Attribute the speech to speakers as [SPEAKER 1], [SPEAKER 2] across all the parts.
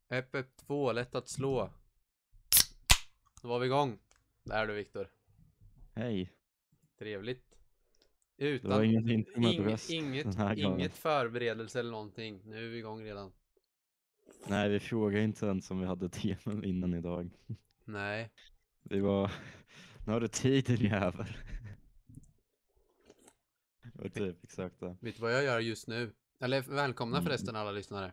[SPEAKER 1] FF2, lätt att slå. Då var vi igång. Där är du, Viktor.
[SPEAKER 2] Hej,
[SPEAKER 1] Trevligt.
[SPEAKER 2] det var
[SPEAKER 1] Utan
[SPEAKER 2] inget intro med bröst den här gången.
[SPEAKER 1] inget förberedelse eller någonting. Nu är vi igång redan.
[SPEAKER 2] Nej, vi frågade inte ens om vi hade teman innan idag.
[SPEAKER 1] Nej.
[SPEAKER 2] Vi var, nu har du tiden jävel. Det var typ exakt det.
[SPEAKER 1] Vet du vad jag gör just nu? Eller välkomna
[SPEAKER 2] Mm.
[SPEAKER 1] förresten alla lyssnare.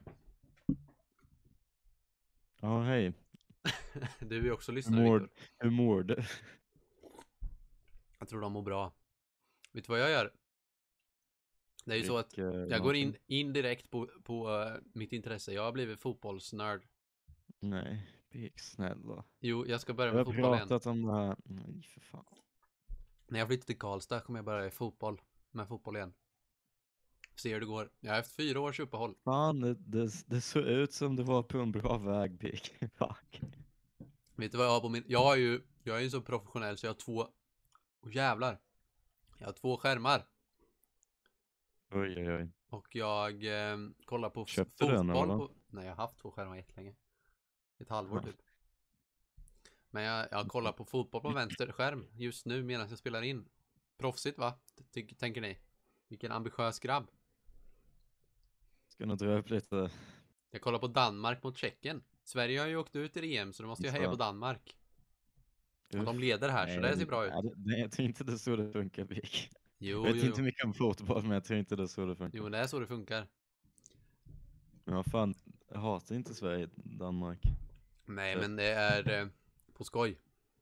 [SPEAKER 2] Ja, hej.
[SPEAKER 1] Du är också lyssnare, Viktor.
[SPEAKER 2] Hur mår du?
[SPEAKER 1] Jag tror de mår bra. Vet du vad jag gör? Det är ju så att jag går
[SPEAKER 2] någonting?
[SPEAKER 1] in direkt på mitt intresse. Jag har blivit fotbollsnörd.
[SPEAKER 2] Nej, big snälla.
[SPEAKER 1] Jo, jag ska börja
[SPEAKER 2] Jag
[SPEAKER 1] med
[SPEAKER 2] har
[SPEAKER 1] fotboll igen.
[SPEAKER 2] pratat om det här. Nej, för fan.
[SPEAKER 1] När jag flyttar till Karlstad kommer jag börja med fotboll igen. Se hur det går. Jag har haft 4 års uppehåll.
[SPEAKER 2] Fan, det såg ut som det var på en bra väg, big. Fuck.
[SPEAKER 1] Vet du vad jag har på min... Jag är ju så professionell så jag har 2... Åh jävlar. Jag har 2 skärmar.
[SPEAKER 2] Oj, oj, oj.
[SPEAKER 1] Och jag kollar på
[SPEAKER 2] Köpte du den,
[SPEAKER 1] fotboll
[SPEAKER 2] eller?
[SPEAKER 1] på... Nej, jag har haft 2 skärmar jättelänge. Ett halvår
[SPEAKER 2] Ja.
[SPEAKER 1] typ. Men jag kollar på fotboll på vänster skärm just nu medan jag spelar in. Proffsigt, va? Tänker ni? Vilken ambitiös grabb.
[SPEAKER 2] Ska nog dra upp lite.
[SPEAKER 1] Jag kollar på Danmark mot Tjeckien. Sverige har ju åkt ut i EM så då måste jag heja på Danmark. Och de leder här så det ser bra ut.
[SPEAKER 2] Jag tror inte det är så det funkar, Bik.
[SPEAKER 1] Jo,
[SPEAKER 2] Jag vet inte mycket om fotboll, men jag tror inte det är så det funkar.
[SPEAKER 1] Jo, det är så det funkar.
[SPEAKER 2] Men vad fan, jag hatar inte Sverige, Danmark.
[SPEAKER 1] Nej,
[SPEAKER 2] Så.
[SPEAKER 1] men det är på skoj.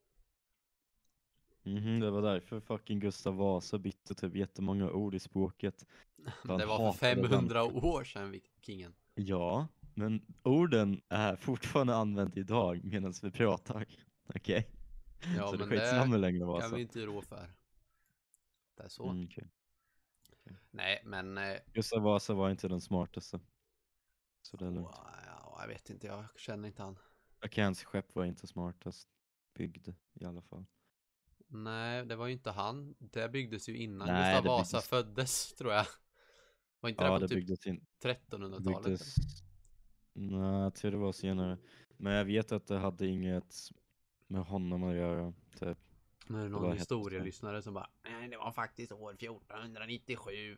[SPEAKER 2] Det var därför fucking Gustav Vasa bytte typ jättemånga ord i språket.
[SPEAKER 1] Det var för 500 år sedan, kingen.
[SPEAKER 2] Ja, men orden är fortfarande använt idag medan vi pratar. Okej?
[SPEAKER 1] Ja,
[SPEAKER 2] Så
[SPEAKER 1] men
[SPEAKER 2] det skitsamma
[SPEAKER 1] det
[SPEAKER 2] längre Vasa.
[SPEAKER 1] kan vi inte rå för. Det är så.
[SPEAKER 2] Okay.
[SPEAKER 1] Nej, men...
[SPEAKER 2] Gustav Vasa var inte den smartaste. Så det är lugnt.
[SPEAKER 1] Ja, jag vet inte, jag känner inte han.
[SPEAKER 2] Och hans skepp var inte smartast byggd i alla fall.
[SPEAKER 1] Nej, det var ju inte han. Det byggdes ju innan
[SPEAKER 2] Nej,
[SPEAKER 1] Gustav
[SPEAKER 2] det
[SPEAKER 1] Vasa
[SPEAKER 2] byggdes...
[SPEAKER 1] föddes, tror jag. Var inte
[SPEAKER 2] Ja,
[SPEAKER 1] det på
[SPEAKER 2] det
[SPEAKER 1] typ
[SPEAKER 2] byggdes in...
[SPEAKER 1] 1300-talet?
[SPEAKER 2] byggdes... Nej, jag tror det var senare. Men jag vet att det hade inget med honom att göra. Typ.
[SPEAKER 1] Men är det
[SPEAKER 2] Det var
[SPEAKER 1] någon
[SPEAKER 2] helt-
[SPEAKER 1] historielyssnare som bara nej, det var faktiskt år 1497.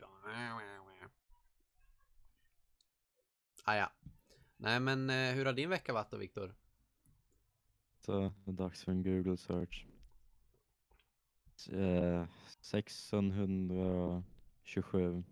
[SPEAKER 1] Ah, ja. Nej, men hur har din vecka varit då, Viktor?
[SPEAKER 2] Så det är dags för en Google search. 1627.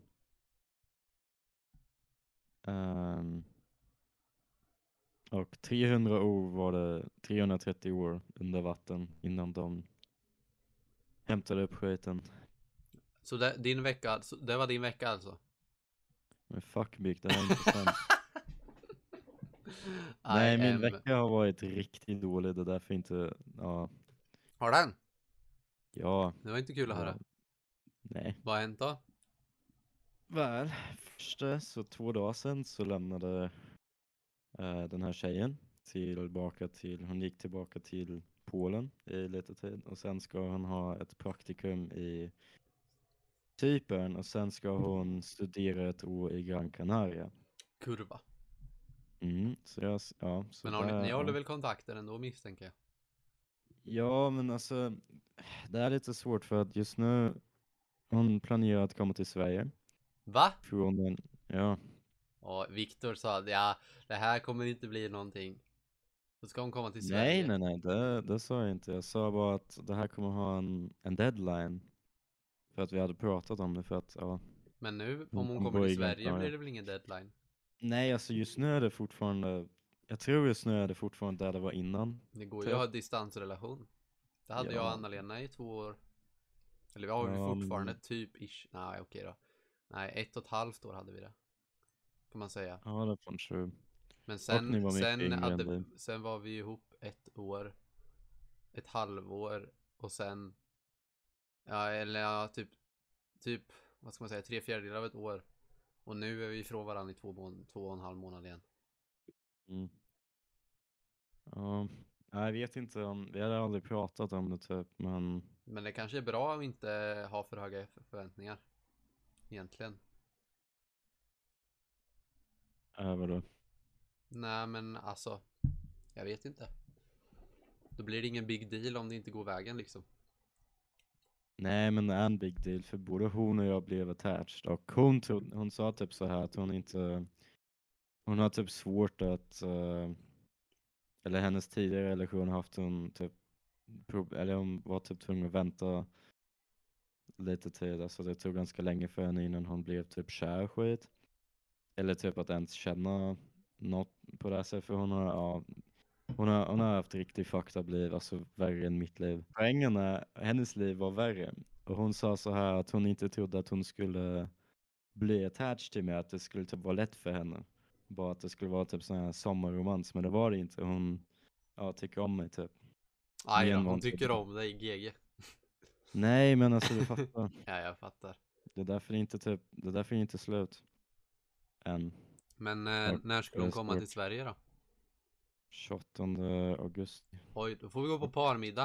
[SPEAKER 2] Och 300 år var det 330 år under vatten innan de hämtade upp skiten.
[SPEAKER 1] Så din vecka, det var din vecka alltså?
[SPEAKER 2] Men fuck Big, det här är inte sant. Nej, min vecka har varit riktigt dålig. Det är därför inte, ja.
[SPEAKER 1] Har den?
[SPEAKER 2] Ja.
[SPEAKER 1] Det var inte kul att höra.
[SPEAKER 2] Nej.
[SPEAKER 1] Vad har hänt då?
[SPEAKER 2] Väl, första så 2 dagar sedan så lämnade den här tjejen hon gick tillbaka till Polen i lite tid. Och sen ska hon ha ett praktikum i Cypern och sen ska hon studera ett år i Gran Canaria.
[SPEAKER 1] Kurva.
[SPEAKER 2] Så
[SPEAKER 1] Men ni håller väl kontakter ändå, misstänker jag?
[SPEAKER 2] Ja, men alltså det är lite svårt för att just nu hon planerar att komma till Sverige.
[SPEAKER 1] Va?
[SPEAKER 2] Ja.
[SPEAKER 1] Och Viktor sa ja, det här kommer inte bli någonting. Då ska hon komma till Sverige.
[SPEAKER 2] Nej, det sa jag inte. Jag sa bara att det här kommer ha en deadline. För att vi hade pratat om det för att, ja.
[SPEAKER 1] Men nu, om hon kommer till Sverige blir det väl ingen deadline?
[SPEAKER 2] Nej, alltså just nu är det fortfarande, jag tror just nu är det fortfarande där det var innan.
[SPEAKER 1] Det går ju att ha distansrelation. Det hade jag och Anna-Lena i 2 år. Eller vi har ju fortfarande typ ish. Nej, okej då. Nej, 1,5 år hade vi det. Kan man säga.
[SPEAKER 2] Ja, det var true.
[SPEAKER 1] Men sen var vi ihop 1 år. Ett halvår. Och sen typ vad ska man säga, 3/4 av ett år. Och nu är vi ifrån varandra i 2,5 månader igen.
[SPEAKER 2] Ja, jag vet inte om, vi hade aldrig pratat om det typ, men
[SPEAKER 1] det kanske är bra att inte ha för höga förväntningar. Egentligen.
[SPEAKER 2] Vadå?
[SPEAKER 1] Nej men alltså, jag vet inte. Då blir det ingen big deal om det inte går vägen liksom.
[SPEAKER 2] Nej, men det är en big deal för både hon och jag blev attached. Och hon sa typ så här att hon har typ svårt att, eller hennes tidigare relation har haft hon typ, eller hon var typ tvungen att vänta lite tid. Alltså det tog ganska länge för henne innan hon blev typ kär och skit. Eller typ att ens känna något på det här sättet. För hon har haft riktigt fucked up liv, alltså värre än mitt liv. Poängen är, hennes liv var värre. Och hon sa så här att hon inte trodde att hon skulle bli attached till mig, att det skulle typ vara lätt för henne. Bara att det skulle vara typ sån här sommarromans, men det var det inte. Hon, ja, tycker om mig typ.
[SPEAKER 1] Aj
[SPEAKER 2] Mer
[SPEAKER 1] då,
[SPEAKER 2] än vad
[SPEAKER 1] hon
[SPEAKER 2] hon
[SPEAKER 1] tycker
[SPEAKER 2] trodde.
[SPEAKER 1] om dig, GG.
[SPEAKER 2] Nej, men alltså du fattar.
[SPEAKER 1] Ja, jag fattar.
[SPEAKER 2] Det är därför det är inte slut än.
[SPEAKER 1] Men
[SPEAKER 2] Och
[SPEAKER 1] när
[SPEAKER 2] det
[SPEAKER 1] skulle
[SPEAKER 2] är
[SPEAKER 1] hon komma till
[SPEAKER 2] svårt.
[SPEAKER 1] Sverige då?
[SPEAKER 2] 28 augusti.
[SPEAKER 1] Oj, då får vi gå på parmiddag.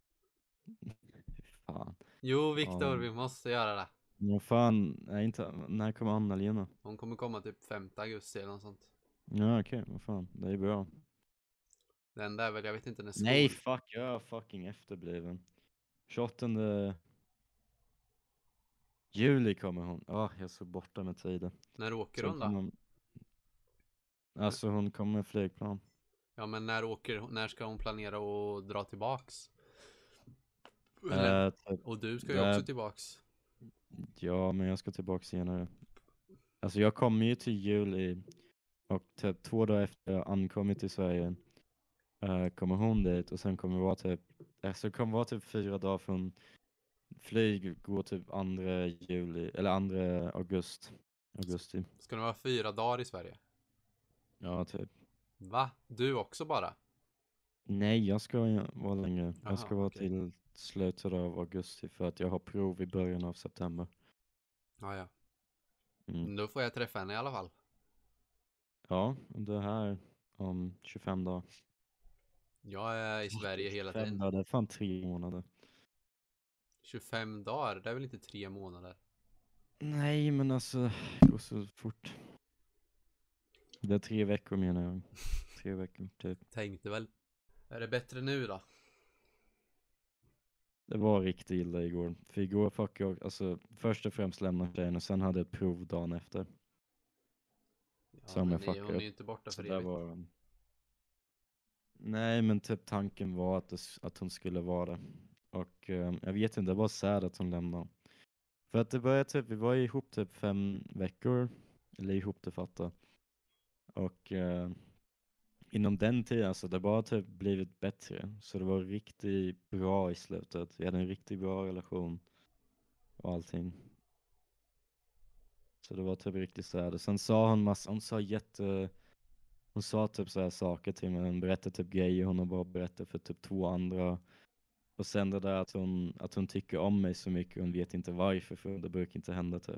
[SPEAKER 2] Fan.
[SPEAKER 1] Jo, Viktor,
[SPEAKER 2] Ja.
[SPEAKER 1] vi måste göra det.
[SPEAKER 2] Men fan, nej, inte, när kommer Anna-Lena?
[SPEAKER 1] Hon kommer komma typ 5 augusti eller något sånt.
[SPEAKER 2] Ja, okej, vad fan, det är bra.
[SPEAKER 1] Det enda är väl, jag vet inte när
[SPEAKER 2] Nej, fuck, jag är fucking efterbliven. 28 juli kommer hon. Jag är så borta med tiden.
[SPEAKER 1] När åker
[SPEAKER 2] Så
[SPEAKER 1] hon då?
[SPEAKER 2] Alltså hon kommer med flygplan.
[SPEAKER 1] Ja, men när ska hon planera att dra tillbaks? Eller,
[SPEAKER 2] Typ,
[SPEAKER 1] och du ska ju också tillbaks.
[SPEAKER 2] ja, men jag ska tillbaka senare. Alltså jag kommer ju till juli och typ 2 dagar efter jag ankommit till Sverige kommer hon dit och sen kommer det vara typ, alltså det kommer vara typ 4 dagar från flyg går typ 2 juli eller 2 augusti.
[SPEAKER 1] Ska det vara 4 dagar i Sverige?
[SPEAKER 2] Ja, typ.
[SPEAKER 1] Va? Du också bara?
[SPEAKER 2] Nej, jag ska vara längre. Jag ska
[SPEAKER 1] Aha,
[SPEAKER 2] vara
[SPEAKER 1] okej.
[SPEAKER 2] till slutet av augusti för att jag har prov i början av september.
[SPEAKER 1] Ja.
[SPEAKER 2] Mm.
[SPEAKER 1] Då får jag träffa henne i alla fall.
[SPEAKER 2] Ja, det här om 25 dagar.
[SPEAKER 1] Jag är i Sverige hela
[SPEAKER 2] 25
[SPEAKER 1] tiden.
[SPEAKER 2] dagar, det är fan 3 månader.
[SPEAKER 1] 25 dagar, det är väl inte 3 månader?
[SPEAKER 2] Nej, men alltså, det går så fort. Det är 3 veckor menar jag. 3 veckor, typ.
[SPEAKER 1] Tänkte väl. Är det bättre nu då?
[SPEAKER 2] Det var riktigt illa igår. För igår fuck jag, alltså först och främst lämnade tjejen och sen hade jag ett prov dagen efter.
[SPEAKER 1] Ja,
[SPEAKER 2] Som
[SPEAKER 1] men
[SPEAKER 2] jag fuckade
[SPEAKER 1] hon är
[SPEAKER 2] upp.
[SPEAKER 1] ju inte borta
[SPEAKER 2] Så
[SPEAKER 1] för
[SPEAKER 2] där
[SPEAKER 1] evigt.
[SPEAKER 2] var. Nej, men typ tanken var att hon skulle vara det. Och jag vet inte, det var sad att hon lämnade. För att det började typ, vi var ihop typ 5 veckor. Eller ihop det fatta. Och inom den tiden, alltså det bara typ blivit bättre. Så det var riktigt bra i slutet. Vi hade en riktigt bra relation. Och allting. Så det var typ riktigt sad. Och sen sa hon sa typ så här saker till mig. Hon berättade typ grejer hon har bara berättat för typ 2 andra. Och sen det där att hon tycker om mig så mycket. Hon vet inte varför, för det brukar inte hända typ.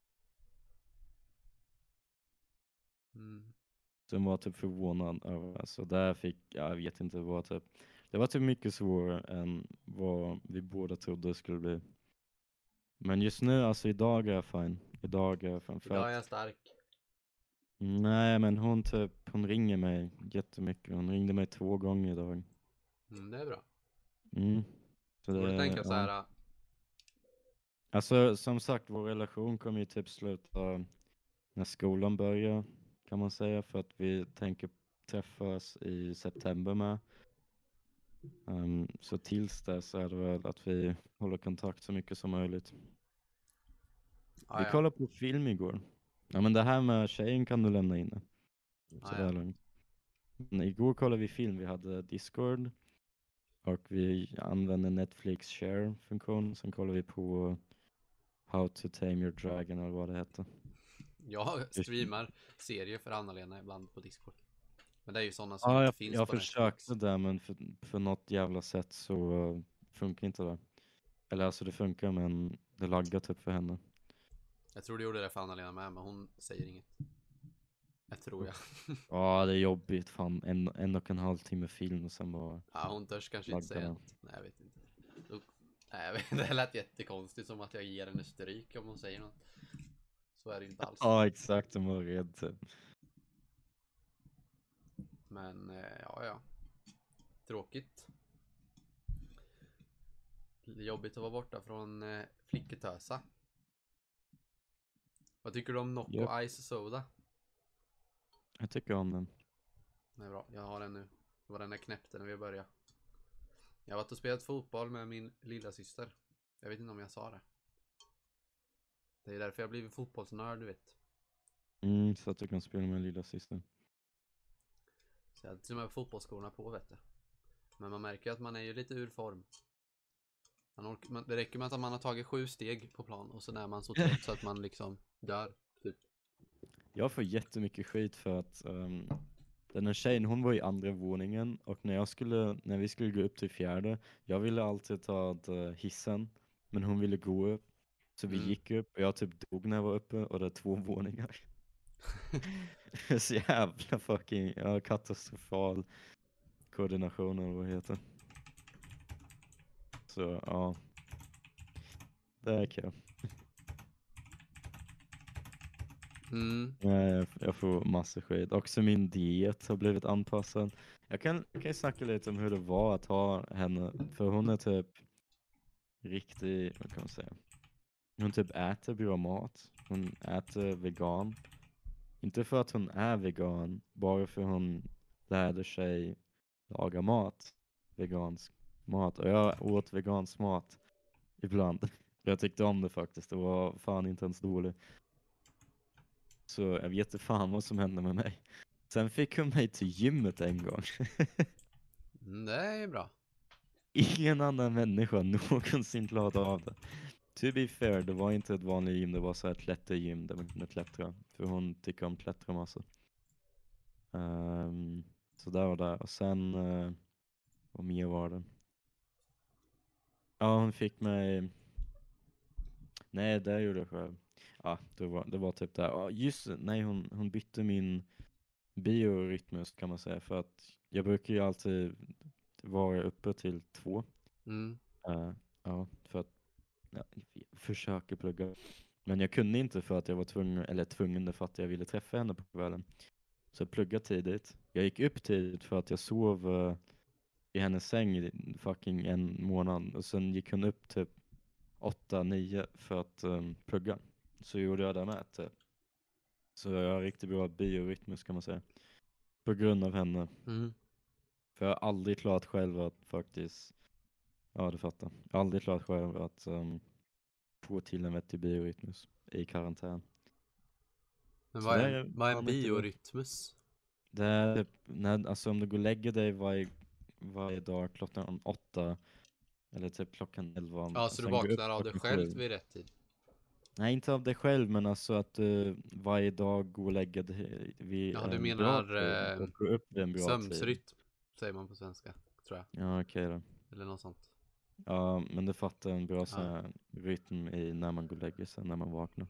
[SPEAKER 1] Mm.
[SPEAKER 2] Så hon var typ förvånad över. Alltså där jag vet inte vad typ. Det var typ mycket svårare än vad vi båda trodde det skulle bli. Men just nu, alltså idag är jag fine. Idag är jag fine.
[SPEAKER 1] Idag är jag stark.
[SPEAKER 2] Nej, men hon ringer mig jättemycket. Hon ringde mig 2 gånger idag.
[SPEAKER 1] Det är bra.
[SPEAKER 2] Så
[SPEAKER 1] Får du tänka så
[SPEAKER 2] ja.
[SPEAKER 1] här.
[SPEAKER 2] Alltså som sagt, vår relation kommer ju typ sluta när skolan börjar, kan man säga. För att vi tänker träffas i september med. Så tills dess är det väl att vi håller kontakt så mycket som möjligt. Vi kollade på film igår. Ja, men det här med tjejen kan du lämna in. Så det är lugnt. Men igår kollade vi film. Vi hade Discord. Och vi använde Netflix share-funktion. Sen kollade vi på How to Tame Your Dragon eller vad det heter.
[SPEAKER 1] Jag streamar serier för Anna-Lena ibland på Discord. Men det är ju sådana som inte finns
[SPEAKER 2] jag
[SPEAKER 1] på Netflix.
[SPEAKER 2] Jag försökte det, men för något jävla sätt så funkar inte det. Eller alltså det funkar, men det laggar typ för henne.
[SPEAKER 1] Jag tror det gjorde det för Anna-Lena med, men hon säger inget. Jag tror jag.
[SPEAKER 2] Ja, det är jobbigt. Fan, 1,5 timme film och sen bara...
[SPEAKER 1] Ja, hon törs kanske inte säga något. Nej, jag vet inte. Nej, jag vet, det lät jättekonstigt, som att jag ger henne stryk om hon säger något. Så är det inte alls.
[SPEAKER 2] Ja, exakt. De var rädd typ.
[SPEAKER 1] Men ja. Tråkigt. Jobbigt att vara borta från Flicketösa. Vad tycker du om Nocco Ice Soda?
[SPEAKER 2] Jag tycker om den.
[SPEAKER 1] Det är bra, jag har den nu. Det var den jag knäppte när vi började. Jag har varit och spelat fotboll med min lilla syster. Jag vet inte om jag sa det. Det är därför jag blivit fotbollsnörd, du vet.
[SPEAKER 2] Så att du kan spela med lilla syster.
[SPEAKER 1] Så jag hade till och med fotbollsskorna på, vet du. Men man märker att man är ju lite ur form. Det räcker med att man har tagit 7 steg på plan och så är man så trött så att man liksom dör, typ.
[SPEAKER 2] Jag får jättemycket skit för att den här tjejen, hon var i andra våningen och när vi skulle gå upp till 4:e, jag ville alltid ta hissen, men hon ville gå upp. Så vi gick upp och jag typ dog när jag var uppe och det är 2 våningar. Så jävla fucking katastrofal koordination eller vad det heter. Så ja, det är kul. Jag får massa skit. Också min diet har blivit anpassad. Jag kan snacka lite om hur det var att ha henne. För hon är typ riktig, vad kan man säga? Hon typ äter bra mat. Hon äter vegan. Inte för att hon är vegan, bara för hon lärde sig laga mat. Vegansk mat. Och jag åt vegansk mat ibland. Jag tyckte om det faktiskt. Det var fan inte ens dåligt. Så jag vet inte fan vad som hände med mig. Sen fick hon mig till gymmet en gång.
[SPEAKER 1] Det är bra.
[SPEAKER 2] Ingen annan människa någonsin klarade av det. To be fair, det var inte ett vanligt gym. Det var så här ett klättergym där man kunde klättra. För hon tycker om klättra massa. Så där var det. Och sen, vad mer var det? Ja, hon fick mig... Nej, det gjorde jag själv. Ja, det var typ där. Ja, just nej, hon bytte min biorytmus kan man säga. För att jag brukar ju alltid vara uppe till 2. Ja, för att försöka plugga. Men jag kunde inte för att jag var tvungen för att jag ville träffa henne på kvällen. Så jag pluggade tidigt. Jag gick upp tidigt för att jag sov i hennes säng i fucking 1 månad. Och sen gick hon upp typ 8-9 för att plugga. Så gjorde jag det med typ. Så jag har riktigt bra biorytmus kan man säga. På grund av henne. För jag har aldrig klarat själv att faktiskt... Ja, du fattar. Jag har aldrig klarat själv att få till en vettig biorytmus i karantän.
[SPEAKER 1] Men vad är en biorytmus?
[SPEAKER 2] Det är alltså om du går och lägger dig varje dag klockan 8 eller typ klockan 11.
[SPEAKER 1] Ja, så du vaknar av dig själv vid rätt tid?
[SPEAKER 2] Nej, inte av dig själv, men alltså att du varje dag går och lägger dig vid
[SPEAKER 1] du menar
[SPEAKER 2] och går upp vid en bra
[SPEAKER 1] sömnsrytm, säger man på svenska, tror jag.
[SPEAKER 2] Ja, okej då.
[SPEAKER 1] Eller något sånt.
[SPEAKER 2] Ja, men det fattar en bra sån här rytm i när man går och lägger sig, när man vaknar.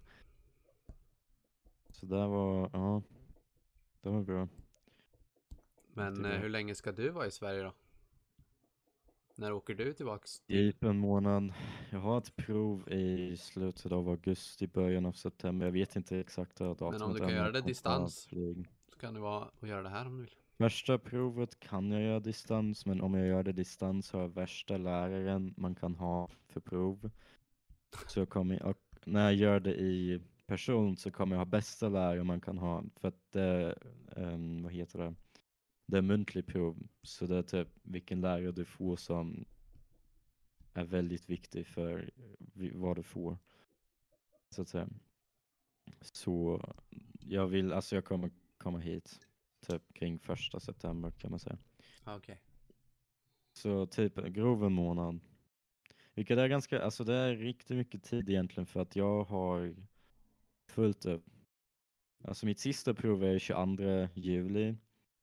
[SPEAKER 2] Så det var bra.
[SPEAKER 1] Men hur länge ska du vara i Sverige då? När åker du tillbaks?
[SPEAKER 2] Typ en månad. Jag har ett prov i slutet av augusti, början av september. Jag vet inte exakt datumet.
[SPEAKER 1] Men om du kan göra det distans så kan det vara att göra det här om du vill.
[SPEAKER 2] Första provet kan jag göra distans, men om jag gör det distans har jag värsta läraren man kan ha för prov. Så när jag gör det i person så kommer jag ha bästa lärare man kan ha. För att det, det är muntlig prov. Så det är typ vilken lärare du får som är väldigt viktig för vad du får. Så att säga. Så jag kommer komma hit typ kring 1 september kan man säga.
[SPEAKER 1] Okej.
[SPEAKER 2] Så typ grov en månad. Vilket är ganska, alltså det är riktigt mycket tid egentligen för att jag har fullt upp. Alltså mitt sista prov är 22 juli.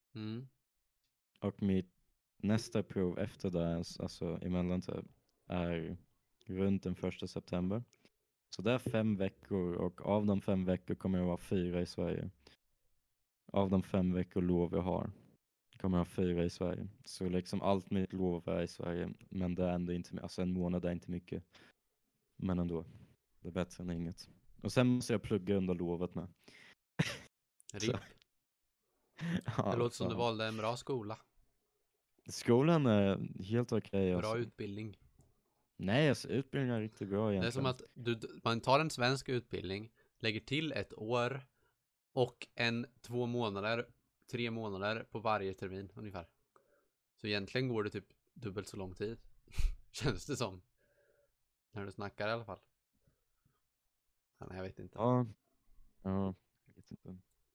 [SPEAKER 2] Och mitt nästa prov efter det, alltså emellan typ, är runt den 1 september. Så det är 5 veckor och av de 5 veckor kommer jag vara 4 i Sverige. Av de 5 veckor lov jag har kommer jag ha 4 i Sverige. Så liksom allt mitt lov är i Sverige. Men det är ändå inte, alltså en månad är inte mycket. Men ändå, det är bättre än inget. Och sen måste jag plugga under lovet med.
[SPEAKER 1] RIP. Det
[SPEAKER 2] Ja,
[SPEAKER 1] låter som du
[SPEAKER 2] fan.
[SPEAKER 1] valde en bra skola.
[SPEAKER 2] Skolan är helt okej
[SPEAKER 1] Bra
[SPEAKER 2] alltså.
[SPEAKER 1] utbildning.
[SPEAKER 2] Nej, alltså utbildningen är riktigt bra
[SPEAKER 1] Det är
[SPEAKER 2] egentligen.
[SPEAKER 1] som att man tar en svensk utbildning, lägger till ett år och 2 månader, 3 månader på varje termin ungefär. Så egentligen går det typ dubbelt så lång tid. Känns det som. När du snackar i alla fall. Men jag vet inte.
[SPEAKER 2] Ja, ja, jag vet inte.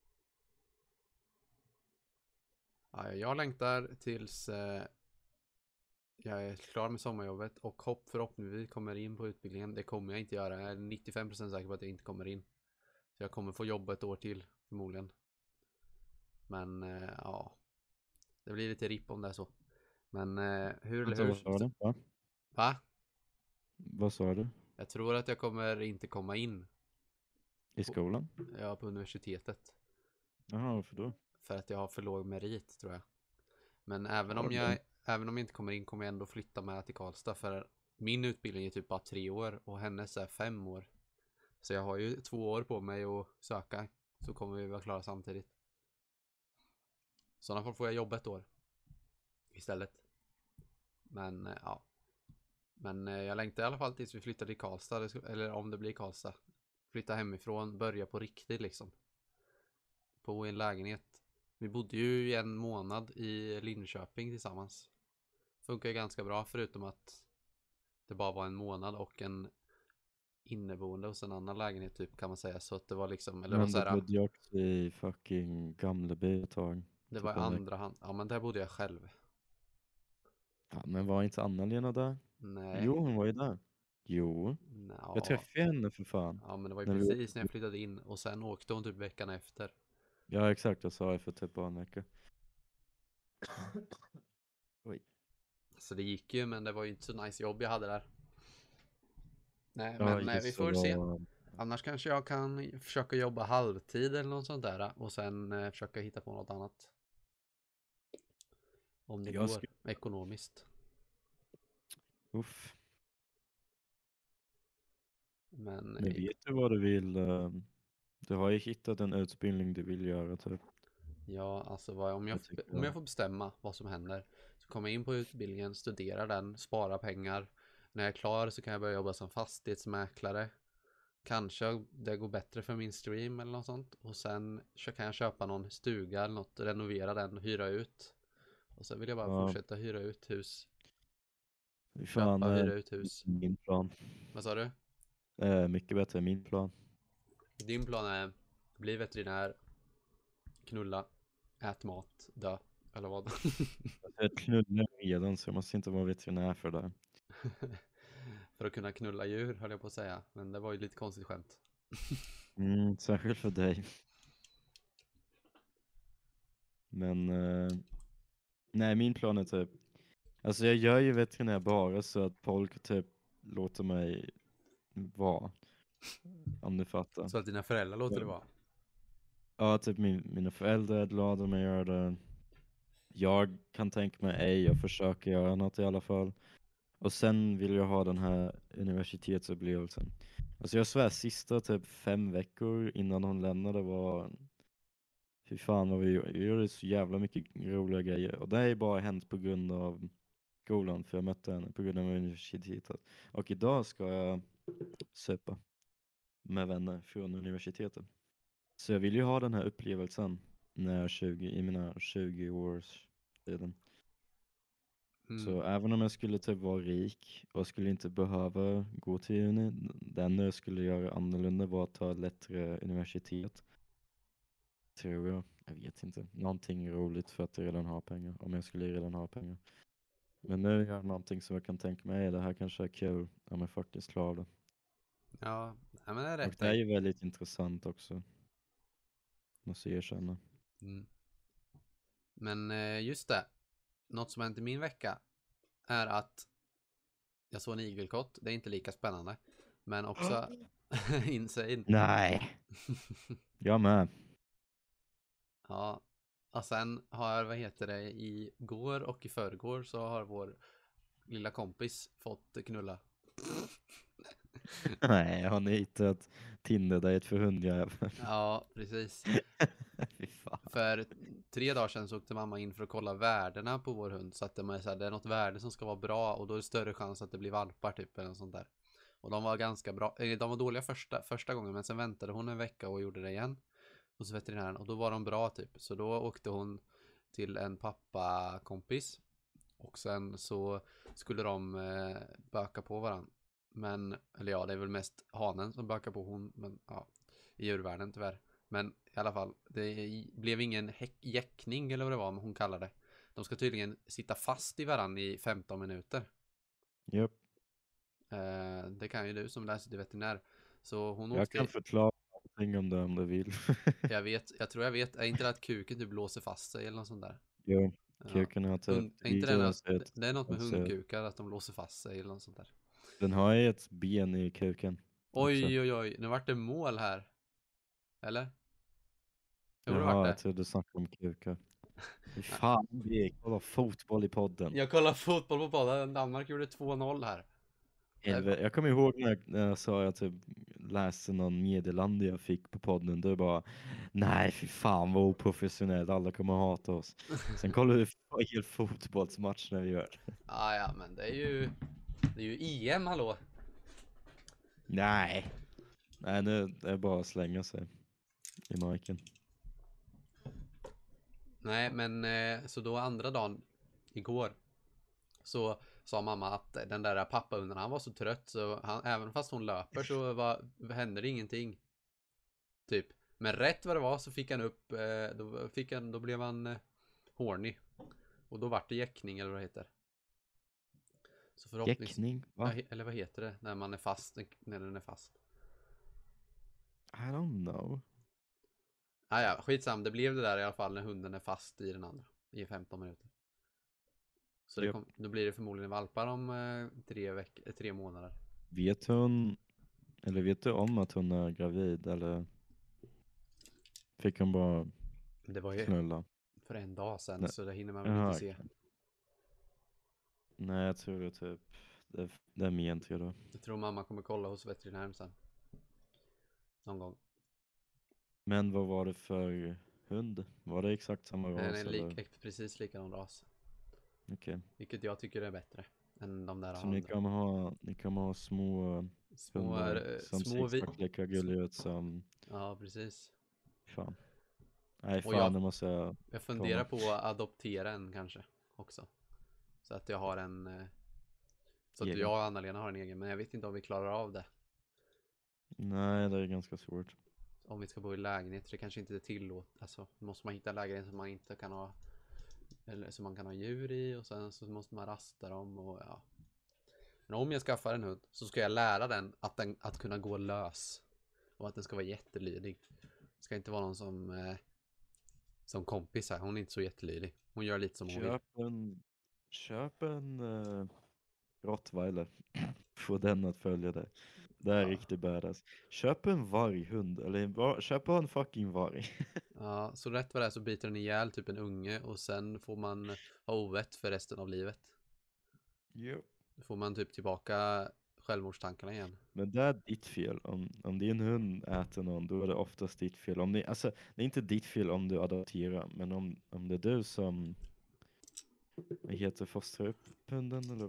[SPEAKER 1] Ja, jag längtar tills jag är klar med sommarjobbet och förhoppningsvis kommer in på utbildningen. Det kommer jag inte göra. Jag är 95% säker på att jag inte kommer in. Så jag kommer få jobba ett år till förmodligen. Men ja, det blir lite ripp om det är så. Men
[SPEAKER 2] Vad sa du? Va?
[SPEAKER 1] Va?
[SPEAKER 2] Vad sa du?
[SPEAKER 1] Jag tror att jag kommer inte komma in
[SPEAKER 2] I skolan?
[SPEAKER 1] på universitetet.
[SPEAKER 2] Jaha, varför då?
[SPEAKER 1] För att jag har för låg merit tror jag. Men
[SPEAKER 2] Har du det?
[SPEAKER 1] även om jag inte kommer in kommer jag ändå flytta med till Karlstad. För min utbildning är typ bara 3 år och hennes är 5 år. Så jag har ju 2 år på mig att söka. Så kommer vi vara klara samtidigt. Så fall får jag jobba ett år. Istället. Men ja. Men jag längtar i alla fall tills vi flyttar till Karlstad. Eller om det blir Karlstad. Flytta hemifrån. Börja på riktigt liksom. På en lägenhet. Vi bodde ju i 1 månad i Linköping tillsammans. Funkar ju ganska bra förutom att det bara var 1 månad och en inneboende hos en annan lägenhet typ kan man säga. Så att det var liksom, eller
[SPEAKER 2] Men
[SPEAKER 1] så
[SPEAKER 2] du
[SPEAKER 1] här,
[SPEAKER 2] bodde ju också i fucking Gamleby ett tag.
[SPEAKER 1] det
[SPEAKER 2] Typ
[SPEAKER 1] var i
[SPEAKER 2] en vecka.
[SPEAKER 1] andra hand. Ja men där bodde jag själv.
[SPEAKER 2] Ja, men var inte Anna-Lena där?
[SPEAKER 1] Nej.
[SPEAKER 2] Jo, hon var ju där. Jo. Jag
[SPEAKER 1] Ja.
[SPEAKER 2] träffade henne för fan.
[SPEAKER 1] Ja men det var ju
[SPEAKER 2] När vi...
[SPEAKER 1] precis när jag flyttade in. Och sen åkte hon typ veckan efter.
[SPEAKER 2] Ja, exakt. Jag sa det för typ bara en vecka. Oj.
[SPEAKER 1] Så det gick ju men det var ju inte så nice jobb jag hade där. Nej
[SPEAKER 2] Ja,
[SPEAKER 1] men vi
[SPEAKER 2] just
[SPEAKER 1] får
[SPEAKER 2] det.
[SPEAKER 1] se. Annars kanske jag kan försöka jobba halvtid eller något sånt där. Och sen försöka hitta på något annat. Om det
[SPEAKER 2] Jag
[SPEAKER 1] går
[SPEAKER 2] skulle...
[SPEAKER 1] ekonomiskt.
[SPEAKER 2] Uff.
[SPEAKER 1] Men
[SPEAKER 2] Men vet du vad du vill? Du har ju hittat en utbildning du vill göra typ.
[SPEAKER 1] ja, alltså om
[SPEAKER 2] Jag tycker
[SPEAKER 1] jag får bestämma vad som händer så kommer jag in på utbildningen, studerar den, spara pengar. När jag är klar så kan jag börja jobba som fastighetsmäklare. Kanske det går bättre för min stream eller något sånt. Och sen kan jag köpa någon stuga eller något, renovera den och hyra ut. Och sen vill jag bara
[SPEAKER 2] Ja,
[SPEAKER 1] fortsätta hyra ut hus.
[SPEAKER 2] fy fan,
[SPEAKER 1] Köpa, hyra ut hus.
[SPEAKER 2] min plan.
[SPEAKER 1] Vad sa du?
[SPEAKER 2] Mycket bättre än min plan.
[SPEAKER 1] Din plan är bli veterinär, knulla, ät mat, dö. Eller vad?
[SPEAKER 2] Jag knullar redan så jag måste inte vara veterinär för det.
[SPEAKER 1] För att kunna knulla djur höll jag på att säga. Men det var ju lite konstigt skämt.
[SPEAKER 2] Särskilt för dig. Men nej, min plan är typ, alltså jag gör ju veterinär bara så att folk typ låter mig vara. Om du fattar.
[SPEAKER 1] Så att dina föräldrar låter det vara.
[SPEAKER 2] Ja, typ mina föräldrar är glada om jag gör det. Jag kan tänka mig jag försöker göra något i alla fall. Och sen vill jag ha den här universitetsupplevelsen. Alltså jag svär sista typ 5 veckor innan hon lämnade var... Fy fan vad vi gjorde så jävla mycket roliga grejer. Och det är bara hänt på grund av skolan. För jag mötte henne på grund av universitetet. Och idag ska jag supa med vänner från universitetet. Så jag vill ju ha den här upplevelsen när i mina 20 års tiden. Så även om jag skulle typ vara rik och skulle inte behöva gå till uni, det enda jag skulle göra annorlunda var att ta ett lättare universitet. Tror jag. Jag vet inte. Någonting roligt för att jag redan har pengar. Om jag skulle redan ha pengar. Men nu gör jag någonting som jag kan tänka mig. Det här kanske är kul om jag faktiskt klarar det.
[SPEAKER 1] Ja, men det är
[SPEAKER 2] Och
[SPEAKER 1] rätt.
[SPEAKER 2] det är ju väldigt intressant också. Måste jag erkänna.
[SPEAKER 1] Men just det. Något som hänt i min vecka är att jag såg en igelkott. Det är inte lika spännande. Men också insane.
[SPEAKER 2] Nej. Jag med.
[SPEAKER 1] Ja. Och sen har, igår och i förrgår så har vår lilla kompis fått knulla.
[SPEAKER 2] Nej, har ni hittat Tinder-dejt för hundjävel?
[SPEAKER 1] Ja, precis.
[SPEAKER 2] Fy fan.
[SPEAKER 1] För 3 dagar sedan så åkte mamma in för att kolla värdena på vår hund. Så att det är, så här, det är något värde som ska vara bra och då är det större chans att det blir valpar typ eller något sånt där. Och de var ganska bra, de var dåliga första gången men sen väntade hon en vecka och gjorde det igen hos veterinären och då var de bra typ. Så då åkte hon till en pappa-kompis och sen så skulle de böka på varandra. Men, eller ja, det är väl mest hanen som bökar på hon, men ja, i djurvärlden tyvärr. Men i alla fall, det blev ingen jäckning eller vad det var hon kallade det. De ska tydligen sitta fast i varandra i 15 minuter.
[SPEAKER 2] Japp.
[SPEAKER 1] Det kan ju du som läser till veterinär. Så hon
[SPEAKER 2] Jag
[SPEAKER 1] åkte,
[SPEAKER 2] kan förklara någonting om du vill.
[SPEAKER 1] jag tror jag vet, är inte det att kuken typ låser fast sig eller något sånt där?
[SPEAKER 2] Jo,
[SPEAKER 1] Ja.
[SPEAKER 2] kuken har typ
[SPEAKER 1] Är inte det, det är något med
[SPEAKER 2] alltså,
[SPEAKER 1] hundkukar att de låser fast sig eller något sånt där?
[SPEAKER 2] den har ju ett ben i kuken. också.
[SPEAKER 1] Oj, oj, oj, nu vart det mål här. Eller? Jo, det vart
[SPEAKER 2] Jaha,
[SPEAKER 1] det.
[SPEAKER 2] jag trodde du snackade om kukar. Fy fan, vi kollar fotboll i podden.
[SPEAKER 1] Jag kollar fotboll på podden. Danmark gjorde 2-0 här.
[SPEAKER 2] Jag kommer ihåg när jag sa att jag typ läste någon meddelande jag fick på podden. Du bara, nej fy fan vad oprofessionellt, alla kommer att hata oss. Sen kollar vi på en hel fotbollsmatch när vi gör.
[SPEAKER 1] Ja, men det är ju EM, hallå.
[SPEAKER 2] Nej, nu är det bara att slänga sig i marken.
[SPEAKER 1] Nej, men så då andra dagen igår så sa mamma att den där pappahunden, han var så trött så även fast hon löper så hände det ingenting. Typ. Men rätt vad det var så fick han upp, då blev han horny. Och då vart det jäckning eller vad det heter. Så förhoppningsvis,
[SPEAKER 2] Jäckning, va?
[SPEAKER 1] eller vad heter det när man är fast, när den är fast?
[SPEAKER 2] I don't know.
[SPEAKER 1] Ja, skitsam, det blev det där i alla fall när hunden är fast i den andra i 15 minuter. Så
[SPEAKER 2] Yep.
[SPEAKER 1] då blir det förmodligen valpar om 3 månader.
[SPEAKER 2] Vet du om att hon är gravid eller fick hon bara
[SPEAKER 1] Det var ju
[SPEAKER 2] knulla?
[SPEAKER 1] för en dag sedan
[SPEAKER 2] Nej.
[SPEAKER 1] så det hinner man väl
[SPEAKER 2] Jaha,
[SPEAKER 1] inte se.
[SPEAKER 2] okej. Nej, jag tror det typ det är mer tror jag då.
[SPEAKER 1] Jag tror mamma kommer kolla hos veterinären sen. Någon gång.
[SPEAKER 2] Men vad var det för hund? Var det exakt samma ras?
[SPEAKER 1] Den är
[SPEAKER 2] eller?
[SPEAKER 1] precis likadan ras.
[SPEAKER 2] Okej.
[SPEAKER 1] Vilket jag tycker är bättre än de där
[SPEAKER 2] Så
[SPEAKER 1] andra.
[SPEAKER 2] ni kan ha små hundar som
[SPEAKER 1] små
[SPEAKER 2] ser exakt lika gulliga ut som
[SPEAKER 1] Ja, precis.
[SPEAKER 2] fan. Nej
[SPEAKER 1] Och
[SPEAKER 2] fan, det måste jag
[SPEAKER 1] jag funderar
[SPEAKER 2] kolla.
[SPEAKER 1] på att adoptera en kanske också. Så att jag har en så att
[SPEAKER 2] Egen.
[SPEAKER 1] jag och Anna-Lena har en egen, men jag vet inte om vi klarar av det.
[SPEAKER 2] Nej, det är ganska svårt.
[SPEAKER 1] Om vi ska bo i lägenhet, det kanske inte är tillåt. Alltså, måste man hitta en lägenhet som man inte kan ha, eller som man kan ha djur i, och sen så måste man rasta dem och ja. Men om jag skaffar en hund så ska jag lära den att kunna gå lös och att den ska vara jättelydig. Det ska inte vara någon som kompis här. Hon är inte så jättelydig. Hon gör lite som hon vill.
[SPEAKER 2] Köp en rottweiler. Få den att följa dig. Det är
[SPEAKER 1] Ja.
[SPEAKER 2] riktigt badass. Köp en varghund, eller köp en fucking varg.
[SPEAKER 1] Ja, så rätt vad det är så biter den ihjäl typ en unge och sen får man ha ovett för resten av livet.
[SPEAKER 2] Jo.
[SPEAKER 1] Då får man typ tillbaka självmordstankarna igen.
[SPEAKER 2] Men det är ditt fel. Om din hund äter någon, då är det oftast ditt fel. Alltså, det är inte ditt fel om du adopterar, men om det är du som fostrar upp hunden eller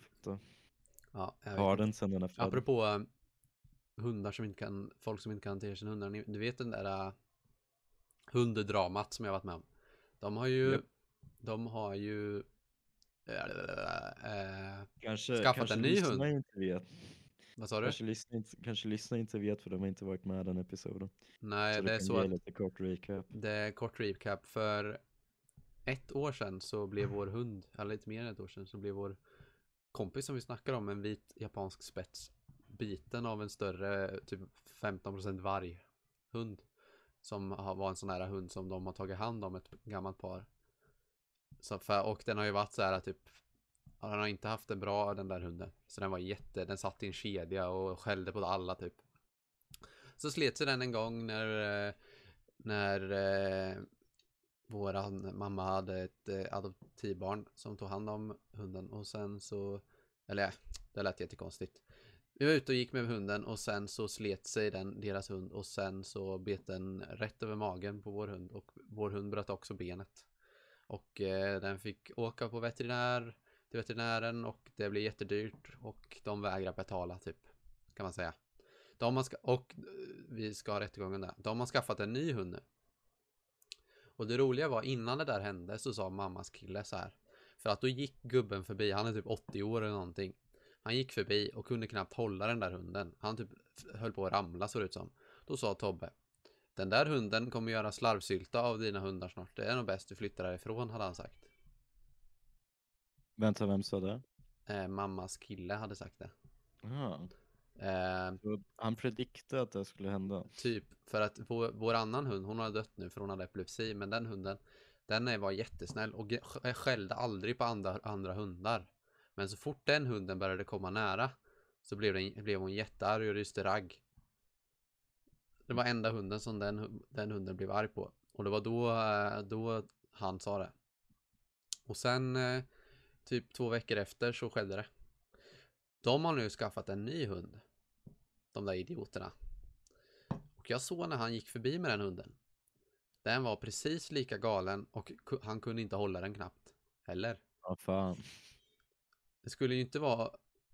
[SPEAKER 1] Ja,
[SPEAKER 2] har den sen den är född.
[SPEAKER 1] Apropå hundar som inte kan, folk som inte kan hantera sina hundar. Du vet den där hunddramat som jag varit med om. De har ju skaffat en ny hund.
[SPEAKER 2] Inte vet.
[SPEAKER 1] Vad sa du?
[SPEAKER 2] Kanske lyssna inte vet, för de har inte varit med i den episoden.
[SPEAKER 1] Nej,
[SPEAKER 2] så
[SPEAKER 1] det är så att
[SPEAKER 2] lite kort recap.
[SPEAKER 1] det är kort recap. För 1 år sedan så blev vår hund, eller lite mer än 1 år sedan, så blev vår kompis som vi snackar om, en vit japansk spets, biten av en större typ 15% varghund. Som var en sån här hund som de har tagit hand om, ett gammalt par. Och den har ju varit så här typ, den har inte haft det bra, den där hunden. Så den satt i en kedja och skällde på alla typ. Så slet sig den en gång när våran mamma hade ett adoptivbarn som tog hand om hunden. Och sen så, eller ja, det lät jättekonstigt. Vi var ute och gick med hunden och sen så slet sig deras hund och sen så bet den rätt över magen på vår hund och vår hund bröt också benet. Och den fick åka på till veterinären och det blev jättedyrt och de vägrar betala typ, kan man säga. Vi ska ha rättegången där. De har skaffat en ny hund nu. Och det roliga var, innan det där hände så sa mammas kille så här. För att då gick gubben förbi, han är typ 80 år eller någonting. Han gick förbi och kunde knappt hålla den där hunden. Han typ höll på att ramla, så det ut som. Då sa Tobbe: den där hunden kommer göra slarvsylta av dina hundar snart. Det är nog bäst du flyttar därifrån, hade han sagt.
[SPEAKER 2] Vänta, vem sa det?
[SPEAKER 1] Mammas kille hade sagt det.
[SPEAKER 2] Ja.
[SPEAKER 1] Eh,
[SPEAKER 2] Så han prediktade att det skulle hända.
[SPEAKER 1] Typ, för att vår annan hund, hon har dött nu för hon hade epilepsi. Men den hunden, var jättesnäll och skällde aldrig på andra hundar. Men så fort den hunden började komma nära så blev hon jättearg och ryste ragg. Det var enda hunden som den hunden blev arg på. Och det var då han sa det. Och sen typ 2 veckor efter så skedde det. De har nu skaffat en ny hund. De där idioterna. Och jag såg när han gick förbi med den hunden. Den var precis lika galen och han kunde inte hålla den knappt. Heller.
[SPEAKER 2] Ja, fan.
[SPEAKER 1] Det skulle ju inte vara...